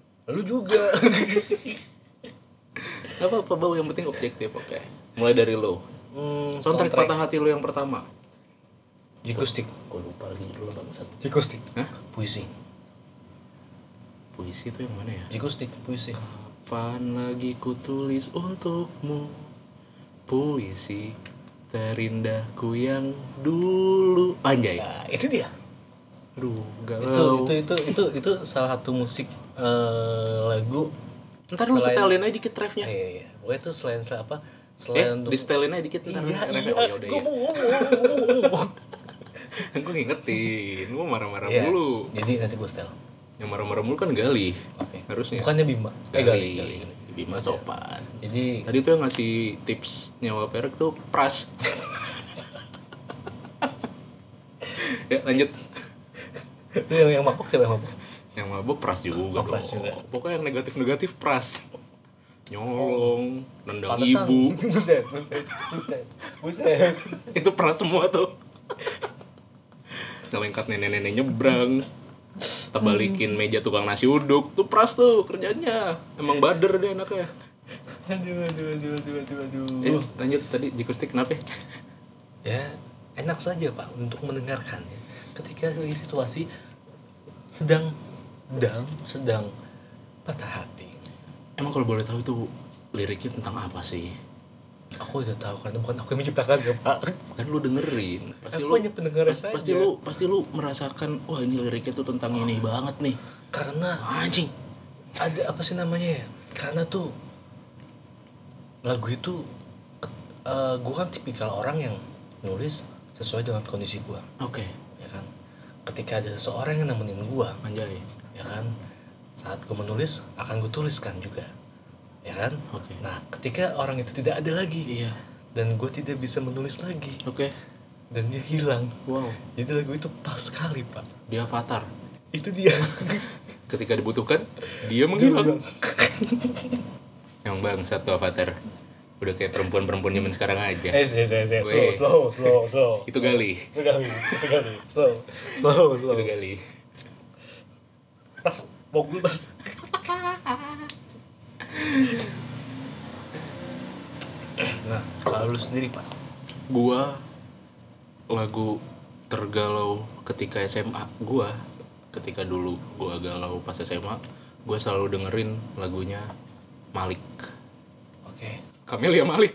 Nggak apa-apa, bau, yang penting objektif. Oke. Mulai dari lo. Soundtrack patah hati lo yang pertama. Jikustik. Gue lupa lagi judulnya bangsat. Jikustik. Hah? Puisi Puisi itu yang mana ya? Jikustik, puisi. Kapan lagi ku tulis untukmu puisi terindahku yang dulu. Anjay. Nah, itu dia. Aduh, galau. Itu salah satu musik lagu. Ntar lu setelin aja dikit refnya. Iya. Pokoknya itu selain apa? Selain di setelin aja dikit ntar refnya. Oh ya udah ya. Gue ngingetin, gue marah-marah mulu. Jadi nanti gue setel. Yang marah-marah mulu kan Gali. Oke. Harusnya. Bukannya Bima. Gali. Bima sopan. Jadi tadi tuh yang ngasih tips nyawa perek tuh Pras. Ya lanjut. yang mabuk siapa yang mabuk? Yang mabuk Pras juga. Pras juga. Pokoknya yang negatif Pras. Nyolong, nendang Pantesan. ibu. Buset. Itu Pras semua tuh. Ngelengkat nenek-nenek nyebrang. Tebalikin meja tukang nasi uduk. Tuh Pras tuh kerjanya. Emang bader deh anaknya. Aduh. Lanjut tadi Jikustik kenapa? Ya, enak saja Pak untuk mendengarkan ya. Ketika lagi situasi sedang patah hati. Emang kalau boleh tahu itu liriknya tentang apa sih? Aku udah tahu karena bukan aku yang menciptakan ya Pak. Kan lu dengerin. Aku hanya pendengar saja. Pasti lu merasakan, wah ini liriknya tuh tentang ini banget nih. Karena anjing. Ada apa sih namanya ya? Karena tuh lagu itu gue kan tipikal orang yang nulis sesuai dengan kondisi gue. Oke. Ya kan. Ketika ada seseorang yang nemenin gue, anjay. Ya kan. Saat gue menulis akan gue tuliskan juga. Ya kan? Oke. Nah, ketika orang itu tidak ada lagi. Iya. Dan gue tidak bisa menulis lagi. Oke. Dan dia hilang. Wow. Jadi lagu itu pas sekali, Pak. Dia avatar. Itu dia. Ketika dibutuhkan, dia menghilang. Yang bangsat tuh avatar. Udah kayak perempuan-perempuan zaman sekarang aja. Slow. Itu Gali. Slow. Itu Gali. Pas, mogul pas. Nah, kalau lu sendiri Pak? Gua lagu tergalau ketika SMA gua, ketika dulu gua galau pas SMA, gua selalu dengerin lagunya Malik. Oke. Camelia Malik.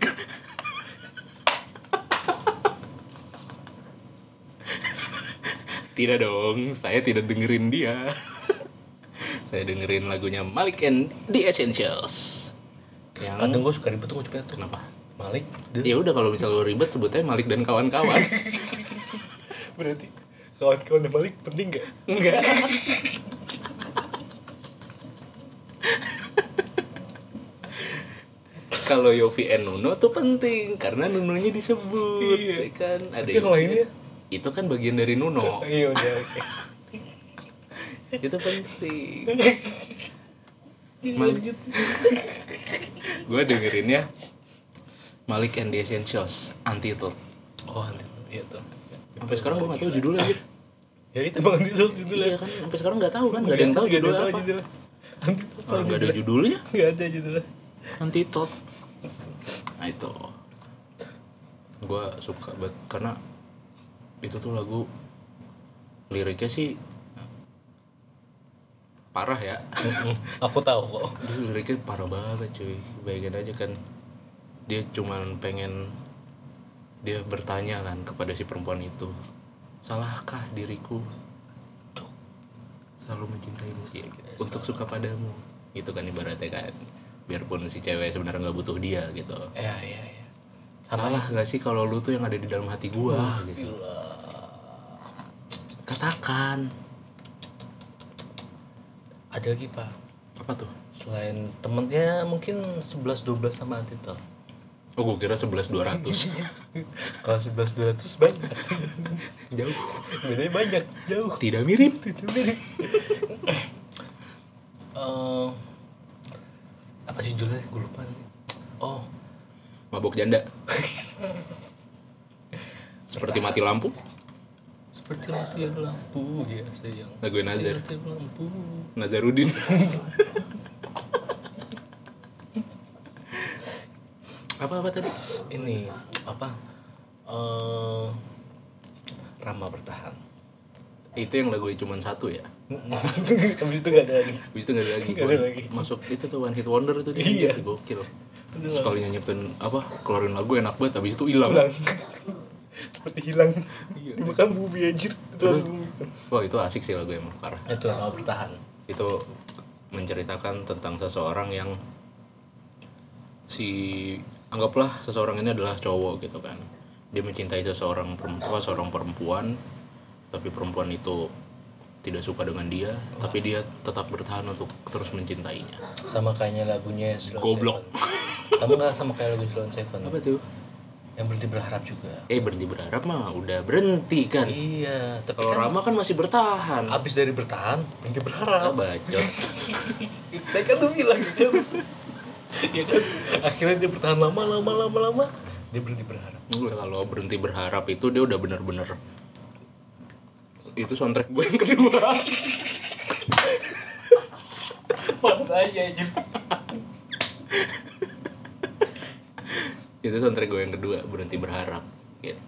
Tidak dong, saya tidak dengerin dia. Saya dengerin lagunya Malik and the Essentials. Kadang gue suka ribet tuh ngucapnya tuh. Kenapa? Malik. Ya udah kalau misalnya lo ribet sebutnya Malik dan kawan-kawan. Berarti kawan-kawan dan Malik penting gak? Enggak. Kalau Yofi and Nuno tuh penting karena Nunonya disebut, iya. Ya kan? Ada tapi yang lainnya itu kan bagian dari Nuno. iya udah oke. Itu penting. Lanjut. Gue dengerinnya Malik and the Essentials, Untitled. Oh nanti iya tuh. Sampai sekarang gue nggak tahu judulnya aja. Ya itu bang Untitled judulnya. Iya kan, sampai sekarang nggak tahu kan, nggak ada yang tahu judulnya apa. Kalau nggak ada judulnya, nggak ada judulnya. Untitled. Nah itu, gue suka banget karena itu tuh lagu liriknya sih parah ya. Aku tahu kok. Dia liriknya parah banget cuy. Bayangin aja kan, dia cuman pengen, dia bertanya kan kepada si perempuan itu, salahkah diriku untuk selalu mencintaimu ya, gitu. Untuk suka padamu itu kan ibaratnya kan, biarpun si cewek sebenarnya nggak butuh dia gitu. Iya. Salah nggak sih kalau lu tuh yang ada di dalam hati gua gitu. Katakan. Ada lagi Pak. Apa tuh? Selain temennya mungkin 11-12 sama Untitled. Oh gua kira 11-200. Kalau 11-200 banyak. Jauh. Bedanya banyak, jauh. Tidak mirip. Apa sih judulnya? Gue lupa nih. Oh, Mabok janda. Seperti mati lampu. seperti mati lampu ya sayang. Lagu Nazar. Mati lampu. Nazarudin. Apa tadi? Ini apa? Rama bertahan. Itu yang lagunya cuma satu ya? Habis itu gak ada lagi. Habis itu gak ada lagi. Nggak ada lagi. Masuk itu tuh one hit wonder itu dia. Iya. Gokil. Sekali nyiptain apa, keluarin lagu enak banget, habis itu hilang. Seperti hilang. Iya. Dimakan bumi anjir. Itu Aduh. bumi. Wah itu asik sih lagu emang parah. Itu Rama bertahan. Itu menceritakan tentang seseorang yang anggaplah seseorang ini adalah cowok gitu kan. Dia mencintai seorang perempuan, tapi perempuan itu tidak suka dengan dia, tapi dia tetap bertahan untuk terus mencintainya. Sama kayaknya lagunya Sloan Goblok. Seven. Kamu gak sama kayak lagu Sloan Seven? Apa tuh? Yang berhenti berharap juga. Berhenti berharap mah udah berhenti kan. Iya, tapi Kalau kan Rama kan masih bertahan. abis dari bertahan berhenti berharap. Bacot. Saya kan tuh bilang gitu. Ya kan, akhirnya dia bertahan lama dia berhenti berharap. Kalau berhenti berharap itu dia udah bener-bener, itu soundtrack gue yang kedua. Mana aja. Itu soundtrack gue yang kedua, berhenti berharap gitu.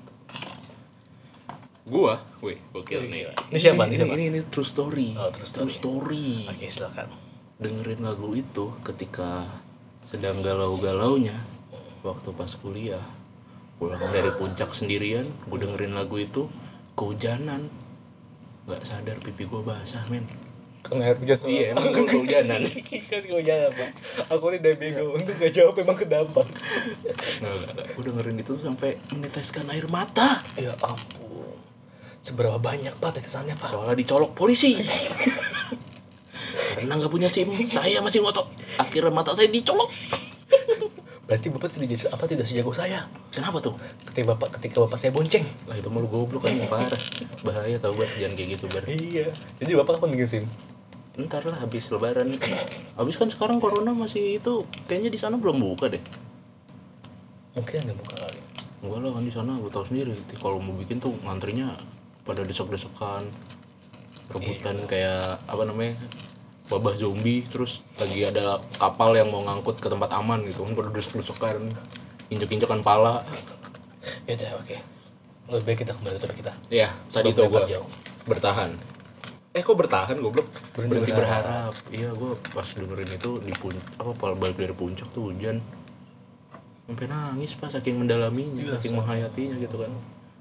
Gokil nih. Ini siapa? Ini true story. Oh, true story. Oke, silakan. Dengerin lagu itu ketika sedang galau-galaunya waktu pas kuliah, pulang dari puncak sendirian, gue dengerin lagu itu, kehujanan, nggak sadar pipi gue basah men. Karena air hujan. Iya emang gue kehujanan. Kan kehujanan Pak. Aku tidak bego untuk gak jawab emang kenapa. Nggak, gue dengerin itu sampai meneteskan air mata. Ya ampun. Seberapa banyak Pak tetesannya Pak? Soalnya dicolok polisi. Karena nggak punya SIM, saya masih ngotot. Akhirnya mata saya dicolok. Berarti Bapak tidak sejago saya. Kenapa tuh? Ketika Bapak saya bonceng. Lah itu malu goblok kan, parah. Bahaya tau gue, jangan kayak gitu bar. Iya. Jadi Bapak kapan bikin SIM? Ntar lah habis lebaran. Habis kan sekarang corona masih itu, kayaknya di sana belum buka deh. Mungkin ada buka kali. Enggak lah kan di sana gue tahu sendiri. Kalau mau bikin tuh ngantrinya pada desek-desekan, rebutan kayak apa namanya, wabah zombie. Terus lagi ada kapal yang mau ngangkut ke tempat aman gitu kan, pada desek-desekan. injek-injekan pala. Ya udah, oke. Lebih baik kita kembali ke topik kita. Ya, tadi tuh gue bertahan. Kok bertahan goblok? Berhenti berharap. Iya, gue pas dengerin itu di balik dari puncak tuh hujan. Sampai nangis pas saking mendalaminya, saking menghayatinya gitu kan.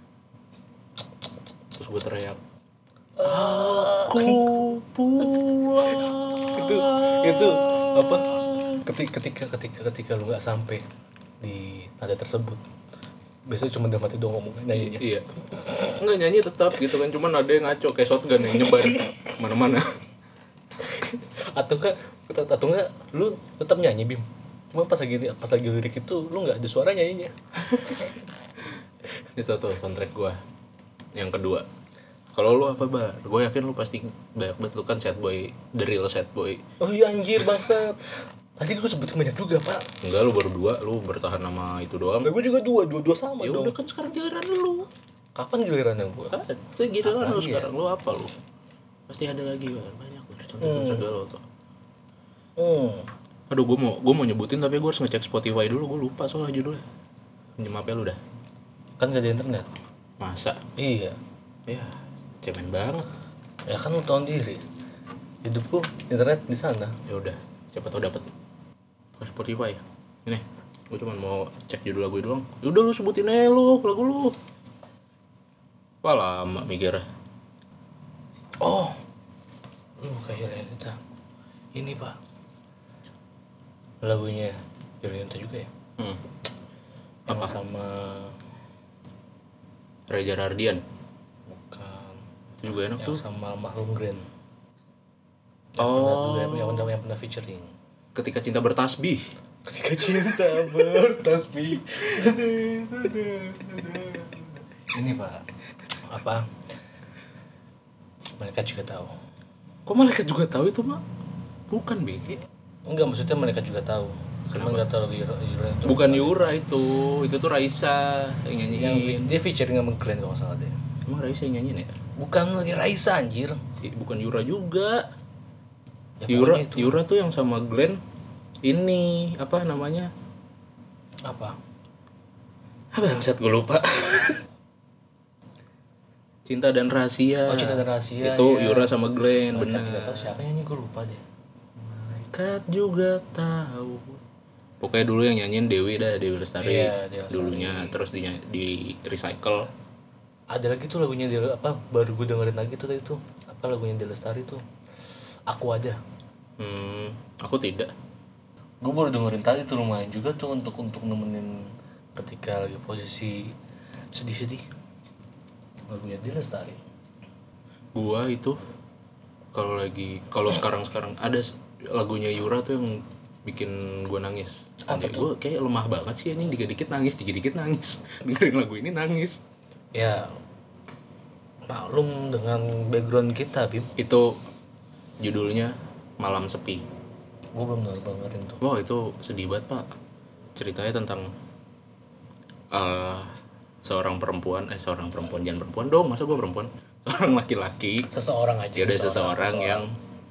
Terus gue teriak, aku pulang. Itu apa? Ketika lu nggak sampai di nada tersebut, biasanya cuma dalam hati doang ngomongnya, nyanyinya. Iya. Enggak, nyanyi tetap gitu kan, cuman ada yang ngaco kayak shotgun yang nyebar mana-mana. atau enggak lu tetap nyanyi, Bim. Cuma pas lagi lirik itu lu nggak ada suara nyanyinya. Itu tuh kontrak gua yang kedua. Kalau lu apa, Bar? Gue yakin lu pasti banyak banget, lu kan sad boy, the real sad boy. Oh iya anjir bangsat. Tadi gue sebutin banyak juga, Pak. Enggak, lu baru 2, lu bertahan sama itu doang. Gue juga dua sama Ya dong. udah kan sekarang giliran lu. Kapan giliran yang gue? Itu giliran lu sekarang. Lu apa lu? Pasti ada lagi, Bar. Banyak, Bar. Contoh-contoh galau tuh. Aduh, gue mau nyebutin tapi gue harus ngecek Spotify dulu, gue lupa soalnya judulnya. Pinjem HP lu dah. Kan gak ada internet. Masa? Iya. Ya, cemen banget. Ya kan lu tahu diri. Hidupku internet di sana. Ya udah, siapa tahu dapat ke Spotify. Ini, gue cuma mau cek judul lagu doang. Ya udah lu sebutin aja lu lagu lu. Wah, lama mikirnya. Oh. Lu kayak kita. Ini, Pak. Lagunya Yurianto juga ya? Yang sama Reza Rardian. Bukan. Itu juga enak yang tuh. Sama Mahlum Grand. Yang pernah featuring. Ketika Cinta Bertasbih. Ketika cinta bertasbih. Ini, Pak. Apa? Mereka juga tahu. Kok malaikat juga tahu itu, Mak? Bukan, BG. Enggak, maksudnya mereka juga tahu. Cuma enggak tahu Yura itu. Bukan Yura itu tuh Raisa yang nyanyiin. Dia featuring sama Glenn kalau nggak salah deh. Emang Raisa yang nyanyiin ya? Bukan lagi Raisa anjir. Bukan Yura juga. Ya, Yura tuh yang sama Glenn. Ini apa namanya? Apa? Bangsat gue lupa. Cinta dan Rahasia. Oh, Cinta dan Rahasia. Itu ya. Yura sama Glenn, benar. Tidak tahu siapa nyanyi, gue lupa deh. Malaikat juga tahu. Pokoknya dulu yang nyanyiin Dewi Lestari. Iya, Dewi Lestari. Dulunya terus di recycle. Ada lagi tuh lagunya dia apa? Baru gue dengerin lagi tuh tadi tuh. Apa lagunya Dewi Lestari tuh? Aku Ada. Aku tidak. Gue baru dengerin tadi tuh, lumayan juga tuh untuk nemenin ketika lagi posisi sedih-sedih. Lagunya Dewi Lestari. Gua itu kalau sekarang ada lagunya Yura tuh yang bikin gua nangis. Anjir, gua kayak lemah banget sih anjing, dikit-dikit nangis. Dengerin lagu ini nangis. Ya maklum dengan background kita, Bim. Itu judulnya Malam Sepi. Gue belum dengerin tuh. Wah, itu sedih banget, Pak. Ceritanya tentang seorang perempuan, jangan perempuan dong, masa gue perempuan, seorang laki-laki, seseorang aja. ya udah seseorang yang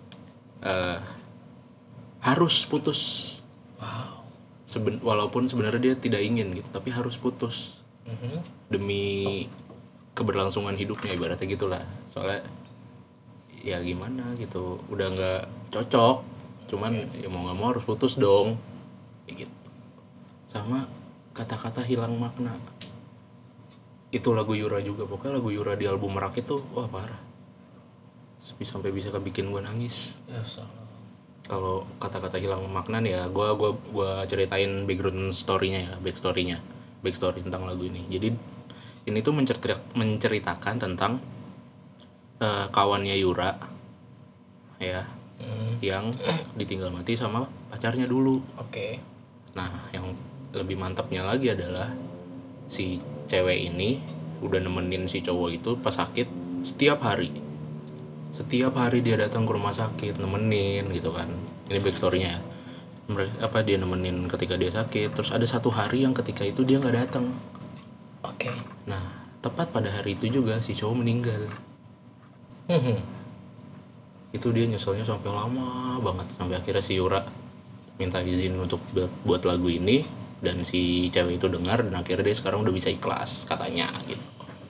harus putus. Wow. Walaupun sebenarnya dia tidak ingin gitu, tapi harus putus demi keberlangsungan hidupnya, ibaratnya gitulah. Soalnya ya gimana gitu, udah nggak cocok, cuman ya mau nggak mau harus putus dong, kayak gitu. Sama kata-kata hilang makna. Itu lagu Yura juga, pokoknya lagu Yura di album Merak itu wah parah, sampai bisa kebikin gue nangis. Ya salah. Kalau kata-kata hilang makna nih ya, gue ceritain background story-nya ya, backstory tentang lagu ini. Jadi ini tuh menceritakan tentang kawannya Yura ya, yang ditinggal mati sama pacarnya dulu. Oke. Nah, yang lebih mantapnya lagi adalah si cewek ini udah nemenin si cowok itu pas sakit setiap hari dia datang ke rumah sakit nemenin gitu kan. Ini backstory-nya ya. Dia nemenin ketika dia sakit. Terus ada satu hari yang ketika itu dia nggak datang. Oke. Nah, tepat pada hari itu juga si cowok meninggal. Itu dia nyeselnya sampai lama banget, sampai akhirnya si Yura minta izin untuk buat lagu ini. dan si cewek itu dengar dan akhirnya dia sekarang udah bisa ikhlas katanya gitu.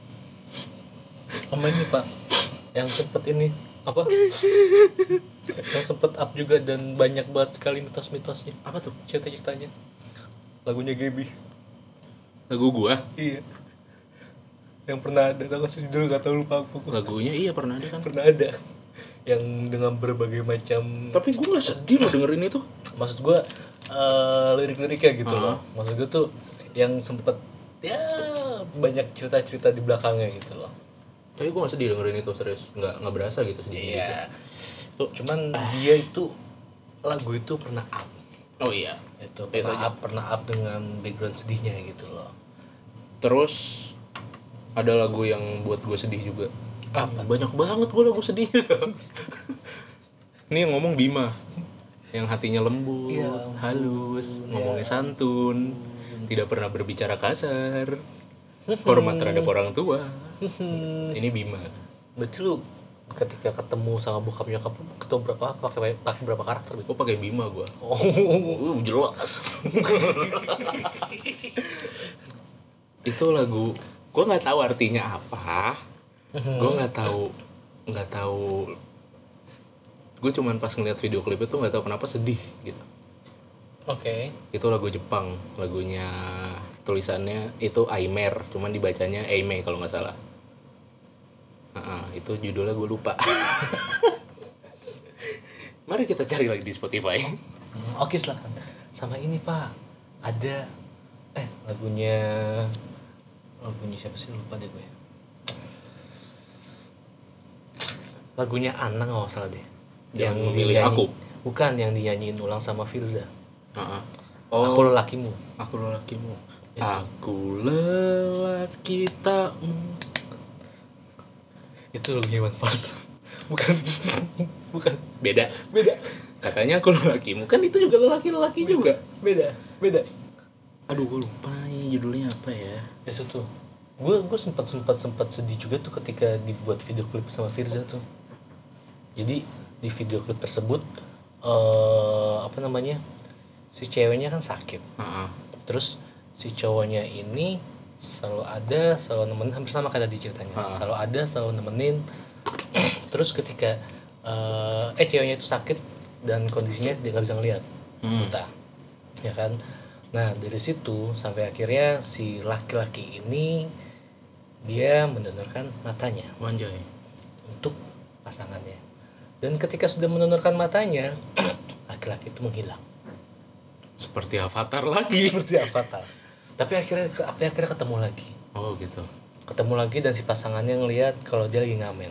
Sama ini Pak, yang sempet ini apa? Yang sempet up juga dan banyak banget sekali mitos-mitosnya. Apa tuh? Cerita-ceritanya. Lagunya Gaby. Lagu gua? Iya. Yang pernah ada, tau gak sih judul, gak tau, lupa aku. Lagunya iya pernah ada kan? Pernah ada. Yang dengan berbagai macam. Tapi gua nggak sedih loh dengerin itu. Maksud gue lirik-liriknya gitu loh. Maksud gue tuh yang sempet ya banyak cerita-cerita di belakangnya gitu loh. Tapi gua nggak sedih dengerin itu, serius. Nggak berasa gitu sedih. Iya. Tuh. Cuman dia itu lagu itu pernah up. Oh iya. Itu pernah up dengan background sedihnya gitu loh. Terus ada lagu yang buat gue sedih juga. Apa? Banyak banget gue lagu sedih. Ini yang ngomong Bima, yang hatinya lembut, Iya, halus, ngomongnya santun, tidak pernah berbicara kasar, hormat terhadap orang tua. Ini Bima. Berarti lu ketika ketemu sama bokap nyokap lu ketemu pakai berapa karakter gitu? Gue pakai Bima gue. Oh, Jelas. Itu lagu, gue nggak tahu artinya apa. Gue nggak tahu. Gue cuman pas ngeliat video klip itu nggak tahu kenapa sedih gitu. Oke. Itu lagu Jepang, lagunya tulisannya itu Aimer, cuman dibacanya Aime kalau nggak salah. Itu judulnya gue lupa. Mari kita cari lagi di Spotify. Oke, silakan. Sama ini Pak, ada lagunya siapa sih, lupa deh gue. Lagunya Anang nggak salah deh. Yang memilih aku. Bukan, yang dinyanyiin ulang sama Firza. Oh, Aku lelakimu. Aku lelakimu. Itu. Aku lelaki tak. Itu lagunya Iwan Fals. Bukan. Beda. Katanya aku lelakimu, kan itu juga lelaki juga. Beda. Aduh, gue lupa nih judulnya apa ya. Itu tuh. Gue sempat sedih juga tuh ketika dibuat video klip sama Firza tuh. Jadi di video klip tersebut si ceweknya kan sakit. Terus si cowoknya ini selalu nemenin, hampir sama kayak tadi ceritanya. Selalu nemenin. Terus ketika ceweknya itu sakit dan kondisinya dia nggak bisa ngeliat, buta, ya kan. Nah dari situ sampai akhirnya si laki-laki ini dia mendonorkan matanya, Wanjay. untuk pasangannya. Dan ketika sudah mendonorkan matanya, laki-laki itu menghilang. Seperti Avatar lagi. Tapi akhirnya ketemu lagi. Oh gitu. Ketemu lagi dan si pasangannya ngelihat kalau dia lagi ngamen.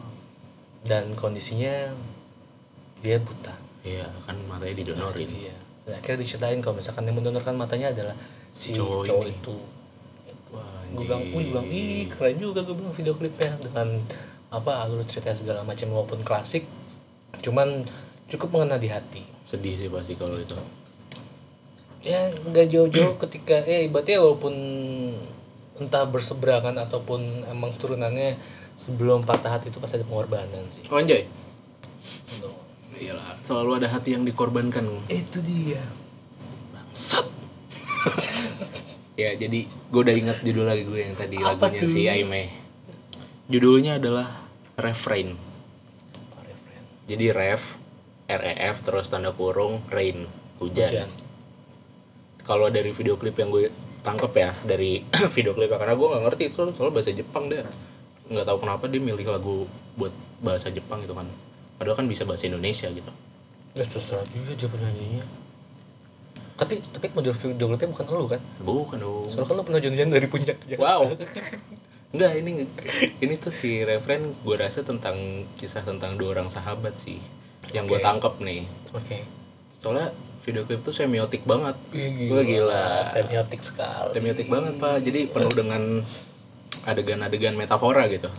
Dan kondisinya dia buta. Iya, kan matanya didonorin. Iya. Dan akhirnya diceritain kalau misalkan yang mendonorkan matanya adalah si cowok itu. Gue bilang, ih keren juga, gue bilang video klipnya dengan alur cerita segala macam, walaupun klasik, cuman cukup mengena di hati. Sedih sih pasti kalau itu. Ya nggak jauh-jauh ketika berarti walaupun entah berseberangan ataupun emang turunannya, sebelum patah hati itu pasti ada pengorbanan sih. Wanjay. Iyalah, selalu ada hati yang dikorbankan. Itu dia. Bangsat. Ya, jadi gue udah ingat judul lagi gue yang tadi, apa lagunya tuh? si Aime. Judulnya adalah Refrain. Jadi REF terus tanda kurung rain, hujan. Kalau dari video klip yang gue tangkep ya, dari video klip, karena gue nggak ngerti itu soal bahasa Jepang, dia nggak tahu kenapa dia milih lagu buat bahasa Jepang gitu kan, padahal kan bisa bahasa Indonesia gitu. Ya terserah juga dia penyanyinya. Tapi model video klipnya bukan lu kan? Bukan dong. Soalnya kan lu pernah jalan-jalan dari puncak Jakarta. Wow. Enggak, ini tuh si referen gue rasa tentang kisah tentang dua orang sahabat sih, yang gue tangkep nih. Oke. Soalnya video klip tuh semiotik banget. Gue Gila. semiotik sekali. Semiotik banget Pak. Jadi penuh dengan adegan-adegan metafora gitu.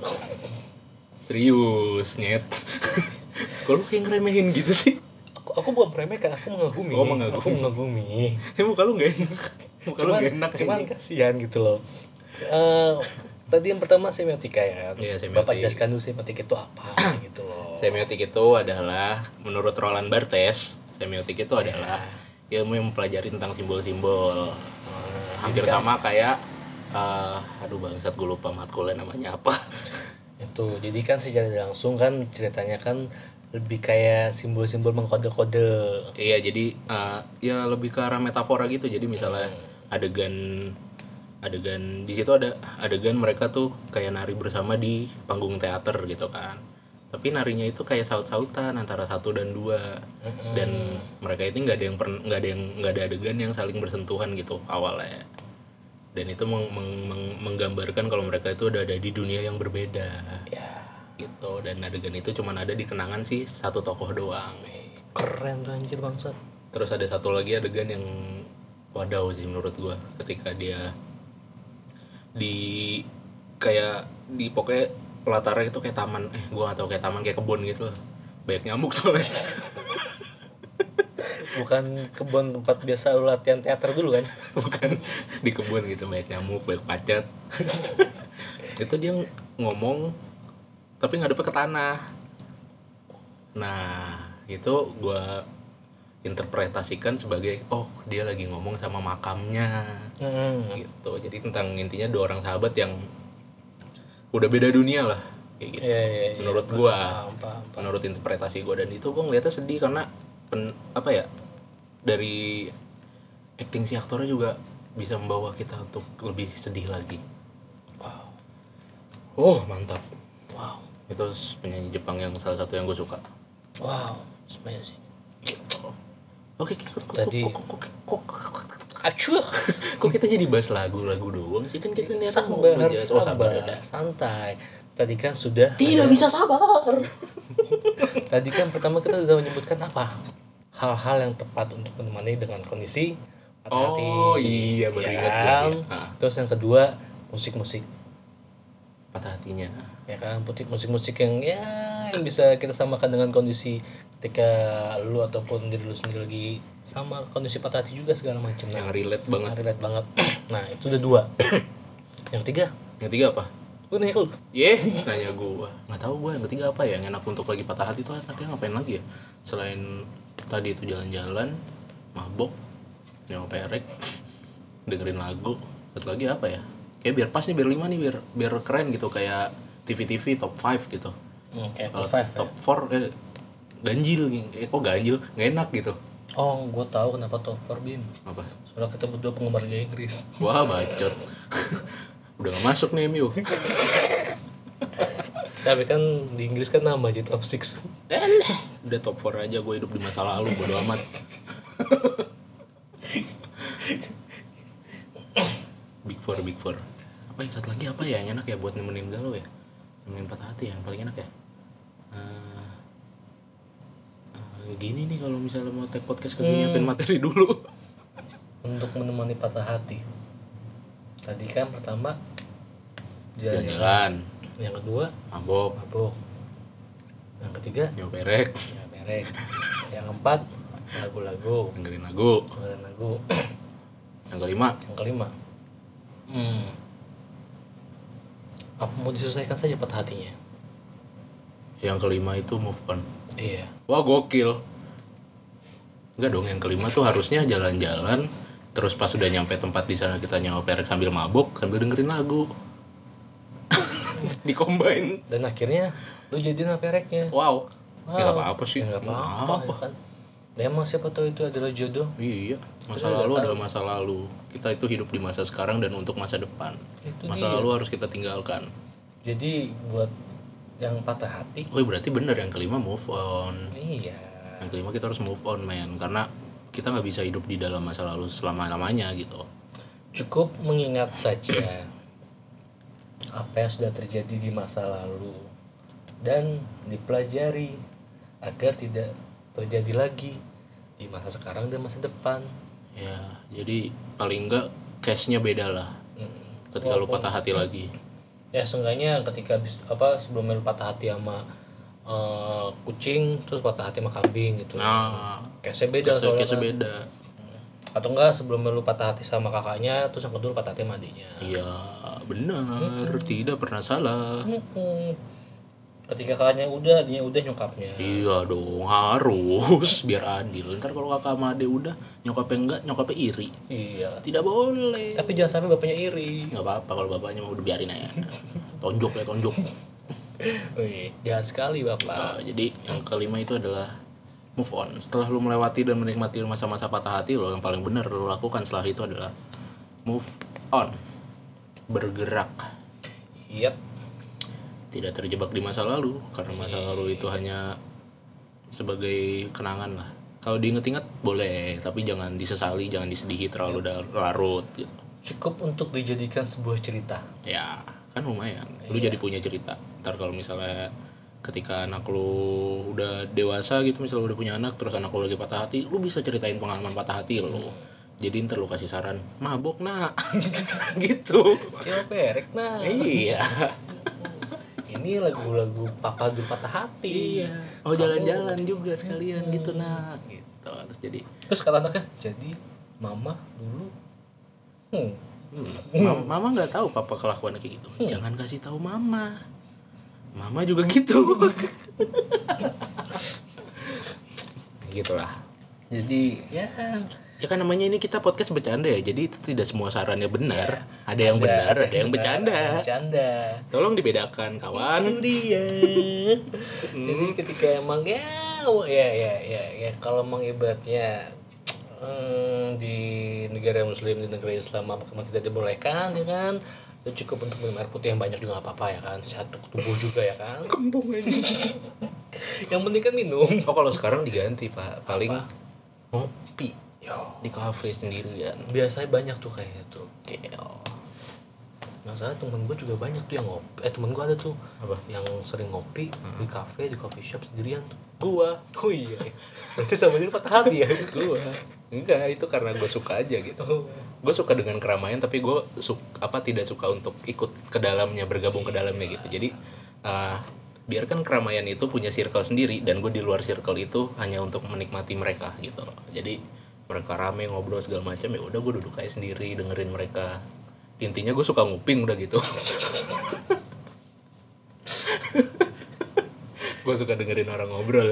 Serius nyet. Kalau kayak ngeremehin gitu sih. Aku bukan meremehkan, aku mengagumi. Oh, mengagumi. Aku mengagumi. Muka lu gak enak. Muka lu gak enak. Cuman kasihan gitu loh. Tadi yang pertama semiotika ya kan. Iya, semiotik. Bapak jelaskan dulu semiotik itu apa gitu loh. Semiotik itu adalah menurut Roland Barthes, semiotik itu adalah ilmu yang mempelajari tentang simbol-simbol. Hampir jadi kan- sama kayak aduh bangsat gue lupa matkulnya namanya apa. Itu jadi kan secara langsung kan ceritanya kan lebih kayak simbol-simbol mengkode-kode. Iya, jadi ya lebih ke arah metafora gitu. Jadi misalnya adegan adegan di situ ada adegan mereka tuh kayak nari bersama di panggung teater gitu kan. Tapi narinya itu kayak saut-sautan antara satu dan dua. Dan mereka itu nggak ada adegan yang saling bersentuhan gitu awalnya. Dan itu menggambarkan kalau mereka itu udah ada di dunia yang berbeda. Ya, Gitu. Dan adegan itu cuman ada di kenangan sih satu tokoh doang. keren tuh anjir bangsat. Terus ada satu lagi adegan yang wadaw sih menurut gua, ketika dia di kayak di pokoknya latarnya itu kayak taman, gua nggak tahu, kayak taman, kayak kebun gitu, banyak nyamuk soalnya. Bukan kebun tempat biasa lu latihan teater dulu kan? Bukan, di kebun gitu banyak nyamuk, banyak pacet. Itu dia ngomong tapi ngadepnya ke tanah. Nah itu gua interpretasikan sebagai dia lagi ngomong sama makamnya gitu. Jadi tentang intinya dua orang sahabat yang udah beda dunia lah kayak gitu. Iya, Menurut paham, gua, paham. menurut interpretasi gua, dan itu gua ngeliatnya sedih karena apa ya, dari acting si aktornya juga bisa membawa kita untuk lebih sedih lagi. Wow. Mantap. Wow. Itu penyanyi Jepang yang salah satu yang gue suka. Wow, amazing. Oke, Tadi- kok kita jadi bahas lagu-lagu doang sih, kan kita niatnya mau Sabar, bahas- sabar udah. santai. Tadi kan sudah Tidak bisa sabar. Tadi kan pertama kita sudah menyebutkan apa? Hal-hal yang tepat untuk menemani dengan kondisi patah hati. Oh iya, baru Ya ingat gue, kan? iya. Terus yang kedua, musik-musik. Patah hatinya. Ya kan, musik-musik yang yang bisa kita samakan dengan kondisi ketika lu ataupun diri lu sendiri lagi sama kondisi patah hati juga segala macam. Yang relate banget. Relate banget. Nah, itu udah dua. Yang ketiga, Yang ketiga apa? gue nanya ke lu. Nanya gua. Nggak tahu gua yang ketiga apa ya, yang enak untuk lagi patah hati tuh enaknya ngapain lagi ya? Selain tadi itu jalan-jalan, mabok, nyawa perek, dengerin lagu. Satu lagi apa ya? Kayak biar pas nih, biar 5 nih, biar keren gitu, kayak TV top 5 gitu. Kayak Kalau top 5 top 4 ganjil, kok ganjil, nggak enak gitu. Oh, gue tahu kenapa top 4 Bim. Apa? Soalnya kita berdua penggemar Liga Inggris. Wah, bacot. Udah gak masuk nih MU. Tapi kan di Inggris kan nama aja top 6. Udah top 4 aja, gue hidup di masa lalu, bodo amat. Big Four. Apa yang satu lagi apa ya yang enak ya buat nemenin galau ya? Nemenin patah hati yang paling enak ya? Gini nih, kalau misalnya mau take podcast kagak nyiapin materi dulu. Untuk menemani patah hati. Tadi kan pertama Jalan-jalan, yang kedua mabok, mabuk, yang ketiga nyawa perek, ya merek, yang keempat lagu-lagu, dengerin lagu, dengerin lagu, yang kelima yang kelima apa mau diselesaikan saja patah hatinya. itu move on. Iya. Wah, gokil. Enggak dong, yang kelima tuh harusnya jalan-jalan, terus pas udah nyampe tempat di sana kita nyawa perek sambil mabuk sambil dengerin lagu. Dikombain. Dan akhirnya lu jadiin pereknya. Wow. Ya nggak apa-apa sih. Ya, nggak apa-apa ya kan. Dan emang siapa tahu itu adalah jodoh. Iya, masa Kita lalu nggak adalah masa lalu. Kita itu hidup di masa sekarang dan untuk masa depan. Itu Masa dia. lalu harus kita tinggalkan. Jadi buat yang patah hati, Oh, berarti bener yang kelima move on. iya. Yang kelima kita harus move on, men. Karena kita nggak bisa hidup di dalam masa lalu selama-lamanya gitu. Cukup mengingat saja apa yang sudah terjadi di masa lalu dan dipelajari agar tidak terjadi lagi di masa sekarang dan masa depan. Ya, jadi paling enggak case-nya beda lah. Ketika lu patah hati lagi. Ya seenggaknya ketika sebelumnya lu patah hati sama kucing, terus patah hati sama kambing gitu. Nah, Case-nya beda soalnya case-nya kan. beda. Atau enggak sebelumnya lu patah hati sama kakaknya, terus yang kedua lu patah hati sama adiknya. Iya, benar, tidak pernah salah. Ketika kakaknya udah, dia udah nyokapnya. Iya dong, harus biar adil. Ntar kalau kakak sama adik udah, nyokapnya enggak, nyokapnya iri. Iya. Tidak boleh. Tapi jangan sampai bapaknya iri. Nggak apa-apa kalau bapaknya mau udah biarin aja. Tonjok ya, tonjok. Wih, jahat sekali bapak. Jadi yang kelima itu adalah move on. Setelah lu melewati dan menikmati masa-masa patah hati lo, yang paling benar lu lakukan setelah itu adalah move on. Bergerak. Yap. Tidak terjebak di masa lalu, karena masa lalu itu hanya sebagai kenangan lah. Kalau diinget-inget boleh, tapi jangan disesali, jangan disedihi terlalu larut gitu. Cukup untuk dijadikan sebuah cerita. Ya, kan lumayan. Lu jadi punya cerita. Ntar kalau misalnya ketika anak lu udah dewasa gitu, misalnya udah punya anak, terus anak lu lagi patah hati, lu bisa ceritain pengalaman patah hati lu. Jadi ntar lu kasih saran, mabok nak. Gitu. Kayak perek nah. Iya. Ini lagu-lagu papa dulu patah hati. Iya. Oh, jalan-jalan juga sekalian gitu nak. Gitu. Terus jadi Terus kata anaknya, jadi mama dulu Mama nggak tahu papa kelakuannya kayak gitu. Jangan kasih tahu mama. Mama juga gitu. Gitulah. Jadi ya Ya kan namanya ini kita podcast bercanda ya. Jadi itu tidak semua sarannya benar. Ada yang benar, ada yang bercanda. Bercanda. Tolong dibedakan, kawan. Itu dia. Jadi ketika emang ya kalau emang ibaratnya di negara muslim, di negara Islam apa tidak dibolehkan ya kan, itu cukup untuk minum air putih yang banyak juga nggak apa-apa ya kan, sehat untuk tubuh juga ya kan. Kembung ini. Yang penting kan minum. Oh, kalau sekarang diganti pak, paling Apa? ngopi di kafe sendirian. Biasanya banyak tuh kayaknya tuh. Gel. Masalah temen gue juga banyak tuh yang ngopi. Temen gue ada tuh Apa? yang sering ngopi di kafe, di coffee shop sendirian tuh. Gua. Oh iya. Berarti sama dia patah hati ya. Gua. Enggak, itu karena gue suka aja gitu. Gue suka dengan keramaian, tapi gue tidak suka untuk ikut ke dalamnya, bergabung ke dalamnya gitu. Jadi biarkan keramaian itu punya circle sendiri, dan gue di luar circle itu hanya untuk menikmati mereka gitu loh. Jadi mereka rame ngobrol segala macam, ya udah gue duduk kayak sendiri dengerin mereka. Intinya gue suka nguping udah gitu. Gue suka dengerin orang ngobrol.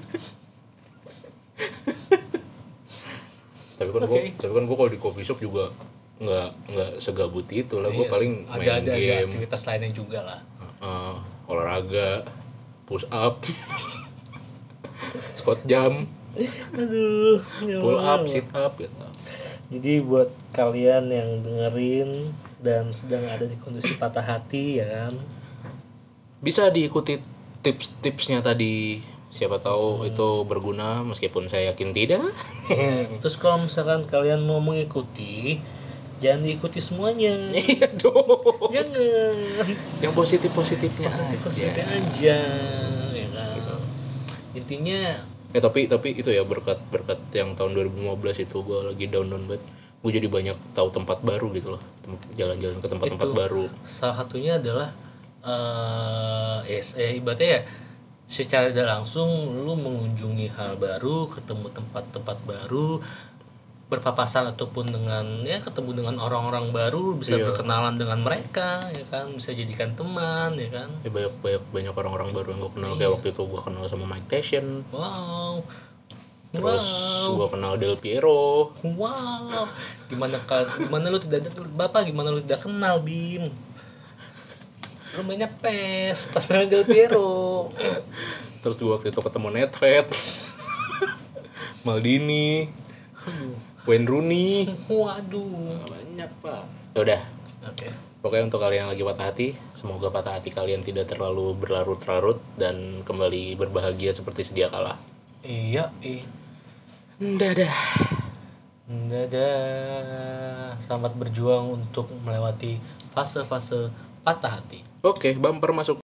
Tapi kan gue kalau di coffee shop juga nggak segabut itu lah. Gue paling main ada game, aktivitas lainnya juga lah. olahraga, push up, squat jump, Aduh, pull up, sit up gitu. Jadi buat kalian yang dengerin dan sedang ada di kondisi patah hati ya kan, Bisa diikuti tips-tipsnya tadi. Siapa tahu itu berguna, meskipun saya yakin tidak. terus kalau misalkan kalian mau mengikuti, jangan diikuti semuanya. Iya dong. Jangan. Yang positif-positifnya Positif-positifnya aja ya kan. Intinya Ya tapi itu ya berkat yang tahun 2015 itu gue lagi down banget. Gue jadi banyak tahu tempat baru gitu loh. Jalan-jalan ke tempat-tempat itu baru. salah satunya adalah ibaratnya ya secara tidak langsung lu mengunjungi hal baru, ketemu tempat-tempat baru, berpapasan ataupun ketemu dengan orang-orang baru, bisa berkenalan dengan mereka ya kan, bisa jadikan teman ya kan. Ya banyak orang-orang baru yang gue kenal. Kayak waktu itu gue kenal sama Mike Tyson. Wow. Terus gue kenal Del Piero. Wow. Gimana lu tidak Bapak, gimana lu tidak kenal Bim? Lu mainnya PES pas main Del Piero. Terus gue waktu itu ketemu Nedved, Maldini, Wayne Rooney. Waduh. Banyak pak. Ya udah. Oke. Pokoknya untuk kalian yang lagi patah hati, semoga patah hati kalian tidak terlalu berlarut-larut dan kembali berbahagia seperti sedia kala. Iya, Dadah. Selamat berjuang untuk melewati fase-fase patah hati. Oke, bumper masuk.